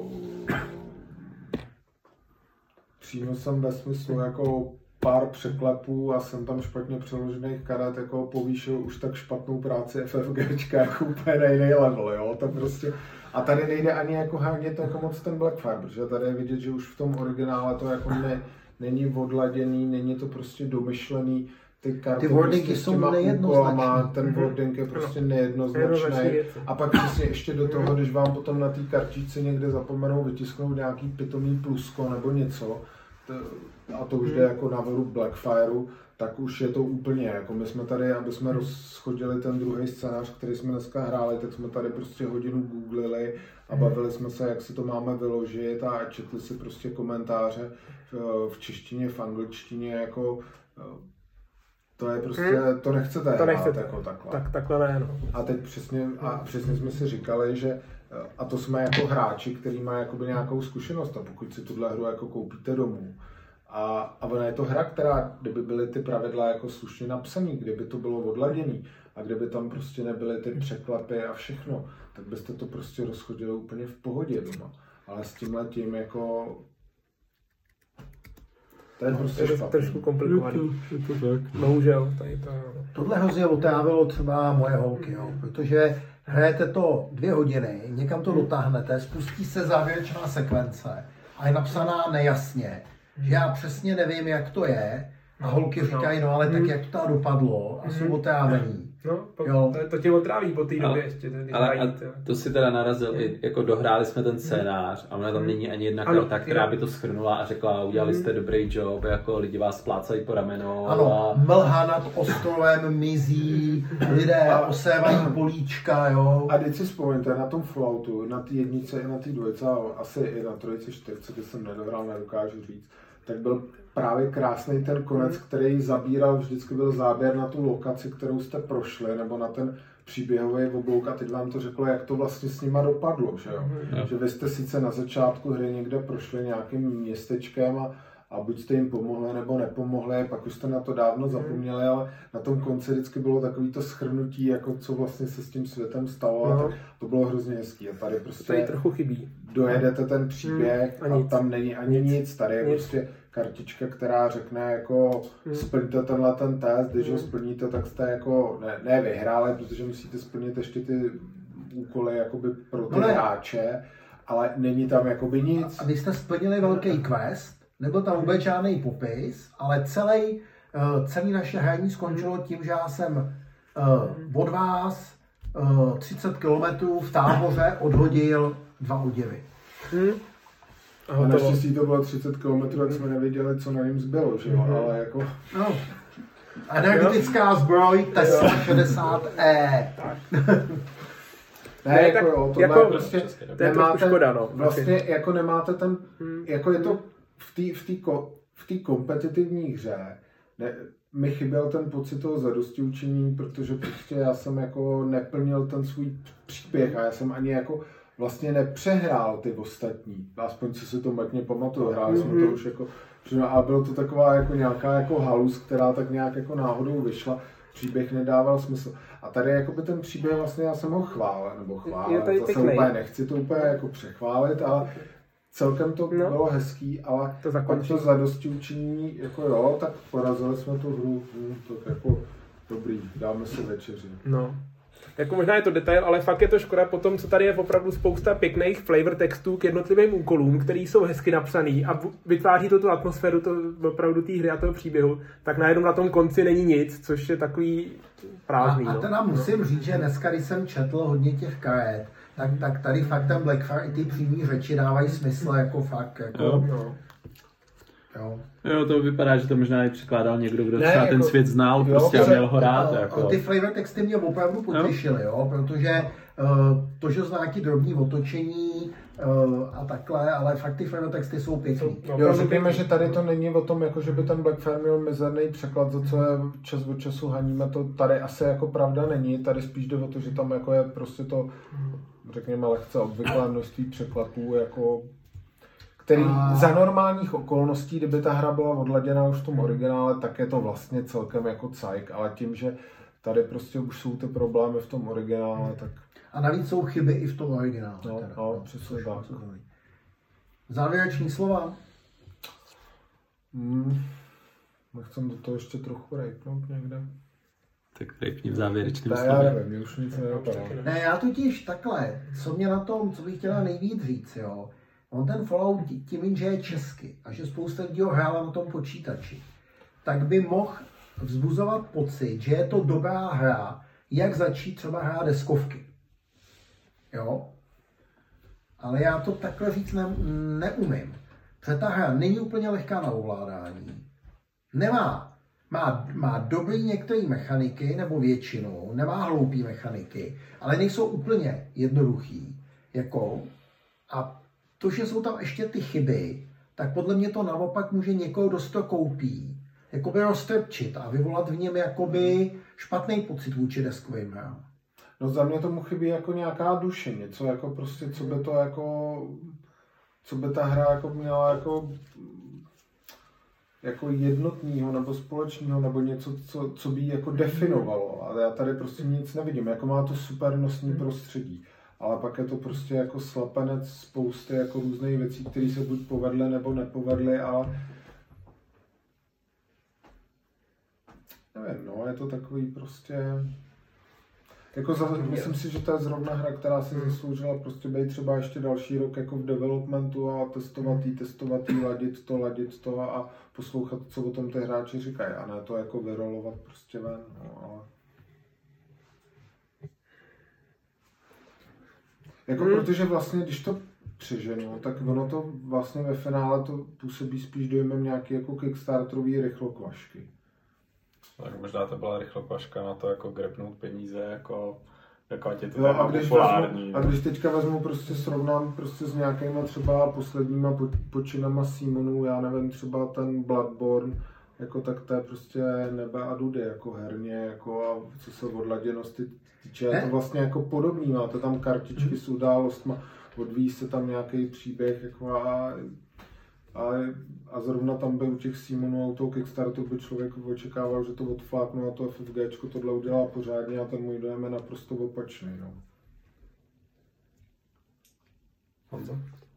přínosem ve smyslu jako pár překlepů a jsem tam špatně přeložených karet jako povýšil už tak špatnou práci FFGčka jako úplně na jiný level, jo, to prostě a tady nejde ani jako hánět jako moc ten Blackfire, protože tady je vidět, že už v tom originále to jako ne, není odladěný, není to prostě domyšlený, ty karty ty wordingy prostě jsou nejednoznačné. Ten wording je prostě nejednoznačný a pak přesně ještě do toho, když vám potom na té kartičce někde zapomenou vytisknout nějaký pitomý plusko nebo něco, to, a to už jde jako na vrub Blackfireu, tak už je to úplně, jako my jsme tady, aby jsme rozchodili ten druhý scénář, který jsme dneska hráli, tak jsme tady prostě hodinu googlili a bavili jsme se, jak si to máme vyložit a četli si prostě komentáře v, v češtině, v angličtině, jako to je prostě, to nechcete to hrát nechcete. jako takhle. Tak, takhle ne, no. A teď přesně, a přesně jsme si říkali, že a to jsme jako hráči, který má jakoby nějakou zkušenost a pokud si tuhle hru jako koupíte domů, A, a ona je to hra, která, kdyby byly ty pravidla jako slušně napsané, kdyby to bylo odladěné a kdyby tam prostě nebyly ty překlepy a všechno, tak byste to prostě rozchodili úplně v pohodě doma. Ale s tímhletím jako... To je prostě špatný. Trošku komplikovaný. Bohužel, tady to... Tohle hrozně otávilo třeba moje holky, jo, protože hrajete to dvě hodiny, někam to dotáhnete, spustí se závěrečná sekvence a je napsaná nejasně, že já přesně nevím, jak to je, a holky říkají, no ale tak jak to tam dopadlo a jsou otrávení. No, po, to, to tě otráví po té době ještě. Ale hrají, to si teda narazil, i, jako dohráli jsme ten scénář a ona tam není ani jedna karta, která by to shrnula a řekla, udělali jste dobrý job, jako lidi vás splácají po rameno. Ano, a... mlha nad ostrovem mizí, lidé a... osévají políčka, jo. A teď si vzpomeňte na tom Falloutu, na té jednice i na té dvojce, a asi i na trojici, čtyřce, když jsem nedohrál, nedokážu říct, tak byl právě krásný ten konec, který zabíral, vždycky byl záběr na tu lokaci, kterou jste prošli, nebo na ten příběhový oblouk a teď vám to řeklo, jak to vlastně s nima dopadlo, že jo? Mm. Že vy jste sice na začátku hry někde prošli nějakým městečkem a, a buď jste jim pomohli nebo nepomohli, pak už jste na to dávno zapomněli, ale na tom konci vždycky bylo takový to shrnutí, jako co vlastně se s tím světem stalo no. a tak, to bylo hrozně hezký a tady prostě to trochu chybí. Dojedete ten příběh mm. a, a tam není ani nic, nic. tady je nic. Prostě kartička, která řekne jako hmm. splňte tenhle ten test, když hmm. ho splníte, tak jste jako ne, ne vyhráli, protože musíte splnit ještě ty úkoly jakoby pro ty no hráče, ale není tam jakoby nic. A vy jste splnili velký quest, nebyl tam vůbec žádný popis, ale celý, uh, celý naše hraní skončilo tím, že já jsem uh, od vás uh, třicet kilometrů v táboře odhodil dva oděvy. Hmm. A naštěstí to bylo třicet kilometrů, jak jsme nevěděli, co na něm zbylo, že jo, mm-hmm. ale jako... No. Energetická zbroj Tesla šedesát E. Ne, jako jo, to jako, je prostě... To je trošku škoda, no. Vlastně jako nemáte ten... Jako je to v té v té v té kompetitivní hře, ne, mi chyběl ten pocit toho zadostiučinění, protože prostě já jsem jako neplnil ten svůj příběh a já jsem ani jako... vlastně nepřehrál ty ostatní. Aspoň co si to matně pamatuju, hráli mm-hmm. jsme to už jako, a bylo to taková jako nějaká jako halus, která tak nějak jako náhodou vyšla. Příběh nedával smysl. A tady jakoby ten příběh vlastně já jsem ho chválil, nebo chválil, zase pěkný. Úplně nechci to úplně jako přechválit, ale celkem to no. bylo hezký, ale to pak to zadosti učinění, jako jo, tak porazili jsme tu hru, hm, tak jako dobrý, dáme si večeři. No. Jako možná je to detail, ale fakt je to škoda po tom, co tady je opravdu spousta pěkných flavor textů k jednotlivým úkolům, který jsou hezky napsaný a vytváří to tu atmosféru to opravdu té hry a toho příběhu, tak najednou na tom konci není nic, což je takový prázdný. A, a teda no. musím říct, že dneska, když jsem četl hodně těch karet, tak, tak tady fakt ten Blackfire i ty přímý řeči dávají smysl, jako fakt, jako... Jo. No. Jo. jo, to vypadá, že to možná i překládal někdo, kdo ne, třeba jako, ten svět znal, jo, prostě a měl ho rád. No, jako. Ty flavor texty mě opravdu potěšily, jo, protože uh, to, že zná nějaký drobný otočení uh, a takhle, ale fakt ty flavor texty jsou pěkný. No, jo, řekněme, že tady to není o tom, jako, že by ten Blackfire měl mizerný překlad, za co je čas od času haníme, to tady asi jako pravda není, tady spíš jde o to, že tam jako je prostě to, řekněme, lehce obvyklé množství překladů, jako který a... za normálních okolností, kdyby ta hra byla odladěná už v tom originále, tak je to vlastně celkem jako cajk, ale tím, že tady prostě už jsou ty problémy v tom originále, tak... A navíc jsou chyby i v tom originále. No, teda. no, přesně tak. Závěrečný slova? Hmm. Nechcem do toho ještě trochu rejpnout někde. Tak rejpni v závěrečném slově. Já nevím, mě už nic nenapadá. Ne, já totiž takhle, co mě na tom, co bych chtěla nejvíc říct, jo. On ten Fallout tím, že je česky a že spousta lidí ho hrála na tom počítači, tak by mohl vzbuzovat pocit, že je to dobrá hra, jak začít třeba hrát deskovky. Jo? Ale já to takhle říct ne, neumím. Protože ta hra není úplně lehká na ovládání. Nemá. Má, má dobrý některé mechaniky, nebo většinou, nemá hloupý mechaniky, ale nejsou úplně jednoduchý. Jako, a to, že jsou tam ještě ty chyby, tak podle mě to naopak může někoho, kdo to koupí, jakoby roztrpčit a vyvolat v něm jakoby špatný pocit vůči deskovým hrám. No za mě tomu chybí jako nějaká duše, něco jako prostě, co by to jako, co by ta hra jako měla jako, jako jednotného nebo společného, nebo něco, co, co by jako definovalo. A já tady prostě nic nevidím, jako má to super nosní prostředí. Ale pak je to prostě jako slepenec spousty jako různých věcí, které se buď povedly nebo nepovedly, ale nevím, no, je to takový prostě jako za, myslím si, že to je zrovna hra, která si zasloužila prostě být třeba ještě další rok jako v developmentu a testovat jí, testovat jí, ladit to, ladit to a poslouchat, co o tom ty hráči říkají a ne to jako vyrolovat prostě ven, no, ale jako hmm. protože vlastně, když to přeženu, tak ono to vlastně ve finále to působí spíš dojmem nějaký jako kickstarterový rychlokvašky. Tak možná to byla rychlokvaška na to jako grepnout peníze, jako, jako ať je to jo, a když populární. Vezmu, a když teďka vezmu, prostě srovnám prostě s nějakýma třeba posledníma počinama Simonů, já nevím, třeba ten Bloodborne, jako tak to je prostě nebe a dudy, jako herně, jako a co se odladěnosti týče, je to vlastně jako podobný, máte tam kartičky s událostma, odvíjí se tam nějaký příběh, jako a, a, a zrovna tam by u těch Simonů a u toho Kickstartu by člověk očekával, že to odfláknu a to FFGčko tohle udělá pořádně a ten můj dojem je naprosto opačný, no. Honzo?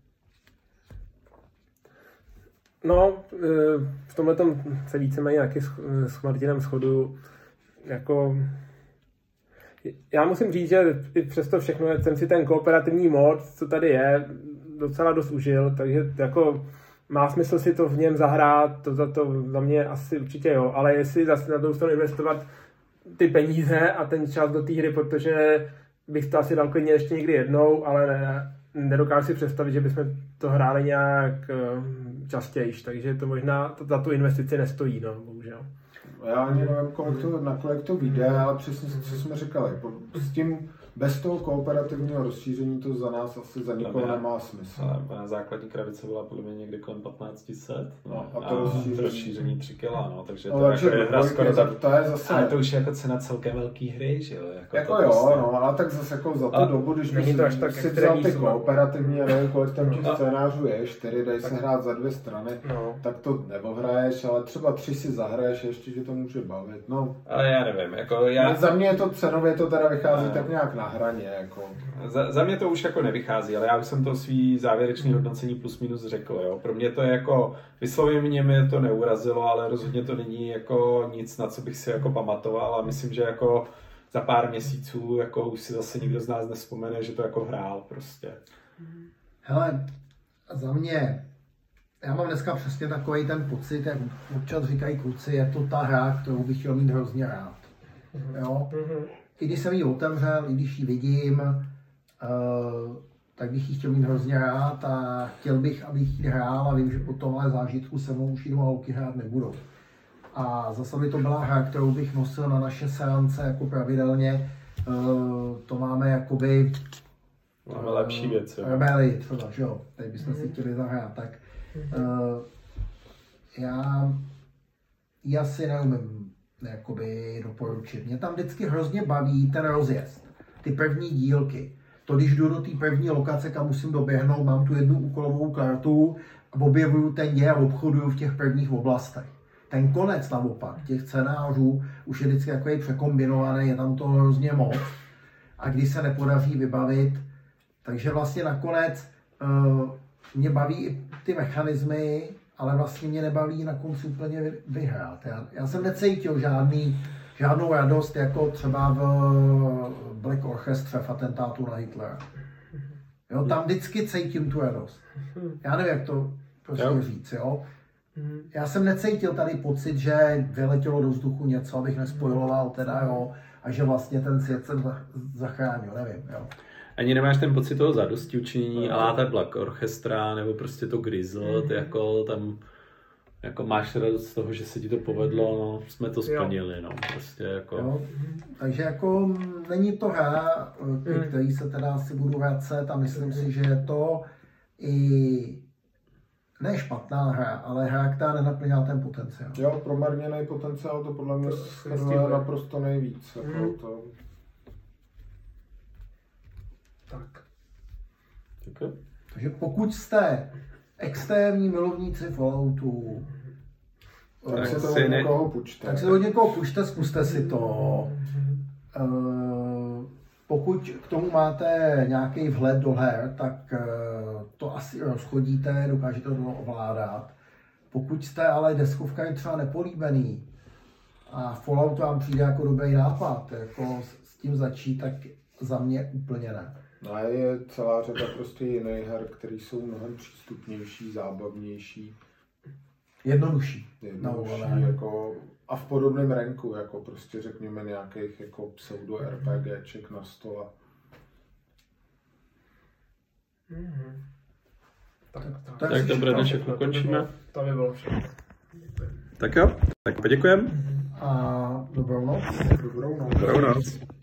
No, v tomhle tom se víceméně taky s Martinem shodu, jako já musím říct, že i přesto všechno jsem si ten kooperativní mod, co tady je, docela dost užil, takže jako má smysl si to v něm zahrát, to za to za mě asi určitě jo, ale jestli zase na druhou stranu investovat ty peníze a ten čas do té hry, protože bych to asi dal klidně ještě někdy jednou, ale ne, nedokážu si představit, že bychom to hráli nějak častěji, takže to možná to, za tu investici nestojí, no, bohužel. Já ani nevím, kolik to, na kolik to vyjde, ale přesně co jsme říkali. S tím, bez toho kooperativního rozšíření to za nás asi za nikoho nemá smysl. Ale na základní krabice byla podle mě někdy kolem patnáct set. No, a to rozšíření, rozšíření tři kila, no, takže no, to takže jako je hra skoro za... To je zase... Ale to už je jako cena celkem velký hry, že jo? Jako, jako to jo, prostě... no, ale tak zase jako za tu a dobu, když není to až tak si vzal ty kooperativní, a nevím, kolik tam těch no. scénářů je, čtyři, dají se hrát za dvě strany, no. tak to neohraješ, ale třeba tři si zahraješ, ještě tě to může bavit, no. Ale já nevím, jako já... Za mě je to cenově, to teda vychází no. tak nějak na hraně, jako. Za, za mě to už jako nevychází, ale já už jsem to svý závěrečný hodnocení plus minus řekl, jo. Pro mě to je jako, vysloveně mě to neurazilo, ale rozhodně to není jako nic, na co bych si jako pamatoval a myslím, že jako za pár měsíců jako už si zase nikdo z nás nevzpomene, že to jako hrál prostě. Hele, za mě, já mám dneska přesně takový ten pocit, jak občas říkají kluci, je to ta hra, kterou bych chtěl mít hrozně rád. Jo? I když jsem ji otevřel, i když ji vidím, uh, tak bych ji chtěl mít hrozně rád a chtěl bych, abych ji hrál a vím, že po tomhle zážitku se mnou už ji doma holky hrát nebudou. A zase by to byla hra, kterou bych nosil na naše seance jako pravidelně. Uh, to máme jakoby... Máme uh, lepší věci. Rebelii třeba, že jo? Teď bychom mm-hmm. si chtěli zahrát. Tak uh, já ji asi neumím jakoby doporučit. Mě tam vždycky hrozně baví ten rozjezd. Ty první dílky. To, když jdu do té první lokace, kam musím doběhnout, mám tu jednu úkolovou kartu a objevuju ten děj a obchoduju v těch prvních oblastech. Ten konec naopak, těch scénářů, už je vždycky takový překombinovaný, je tam toho hrozně moc. A když se nepodaří vybavit, takže vlastně nakonec uh, mě baví i ty mechanismy, ale vlastně mě nebaví na konci úplně vyhrát. Já, já jsem necítil žádný, žádnou radost, jako třeba v Black Orchestra v atentátu na Hitlera. Jo, tam vždycky cítím tu radost. Já nevím, jak to prostě jo. říct, jo. Já jsem necítil tady pocit, že vyletělo do vzduchu něco, abych nespojiloval teda, jo, a že vlastně ten svět jsem zachránil, nevím, jo. Ani nemáš ten pocit toho zadosti učinění, ale ta Black Orchestra, nebo prostě to Grizzle, ty jako tam, jako máš radost z toho, že se ti to povedlo, no, jsme to splnili, no, prostě jako. Jo. Takže jako není to hra, k který se teda asi budu vracet a myslím si, že je to i ne špatná hra, ale hra, která nenaplňá ten potenciál. Jo, promarněný potenciál to podle mě shrnuje naprosto nejvíc. Mm. Jako to... Tak. Okay. Takže pokud jste extrémní milovníci Falloutu, tak se to od někoho půjčte. Tak se to od někoho půjčte, zkuste si to. Uh, pokud k tomu máte nějaký vhled do her, tak uh, to asi rozchodíte, dokážete to ovládat. Pokud jste ale deskovka třeba nepolíbený a Fallout vám přijde jako dobrý nápad, jako s tím začít, tak za mě úplně ne. No je celá řada prostě jiných her, které jsou mnohem přístupnější, zábavnější. Jednodušší. Jednodušší, no, jako, a v podobném ranku, jako prostě řekněme nějakých jako pseudo RPGček na stole. Mm-hmm. Tak, tak, tak, tak dobré, dnešek ukončíme. To by bylo všechno. Tak jo, tak poděkujeme. A dobrou noc. Dobrou noc. Dobrou noc.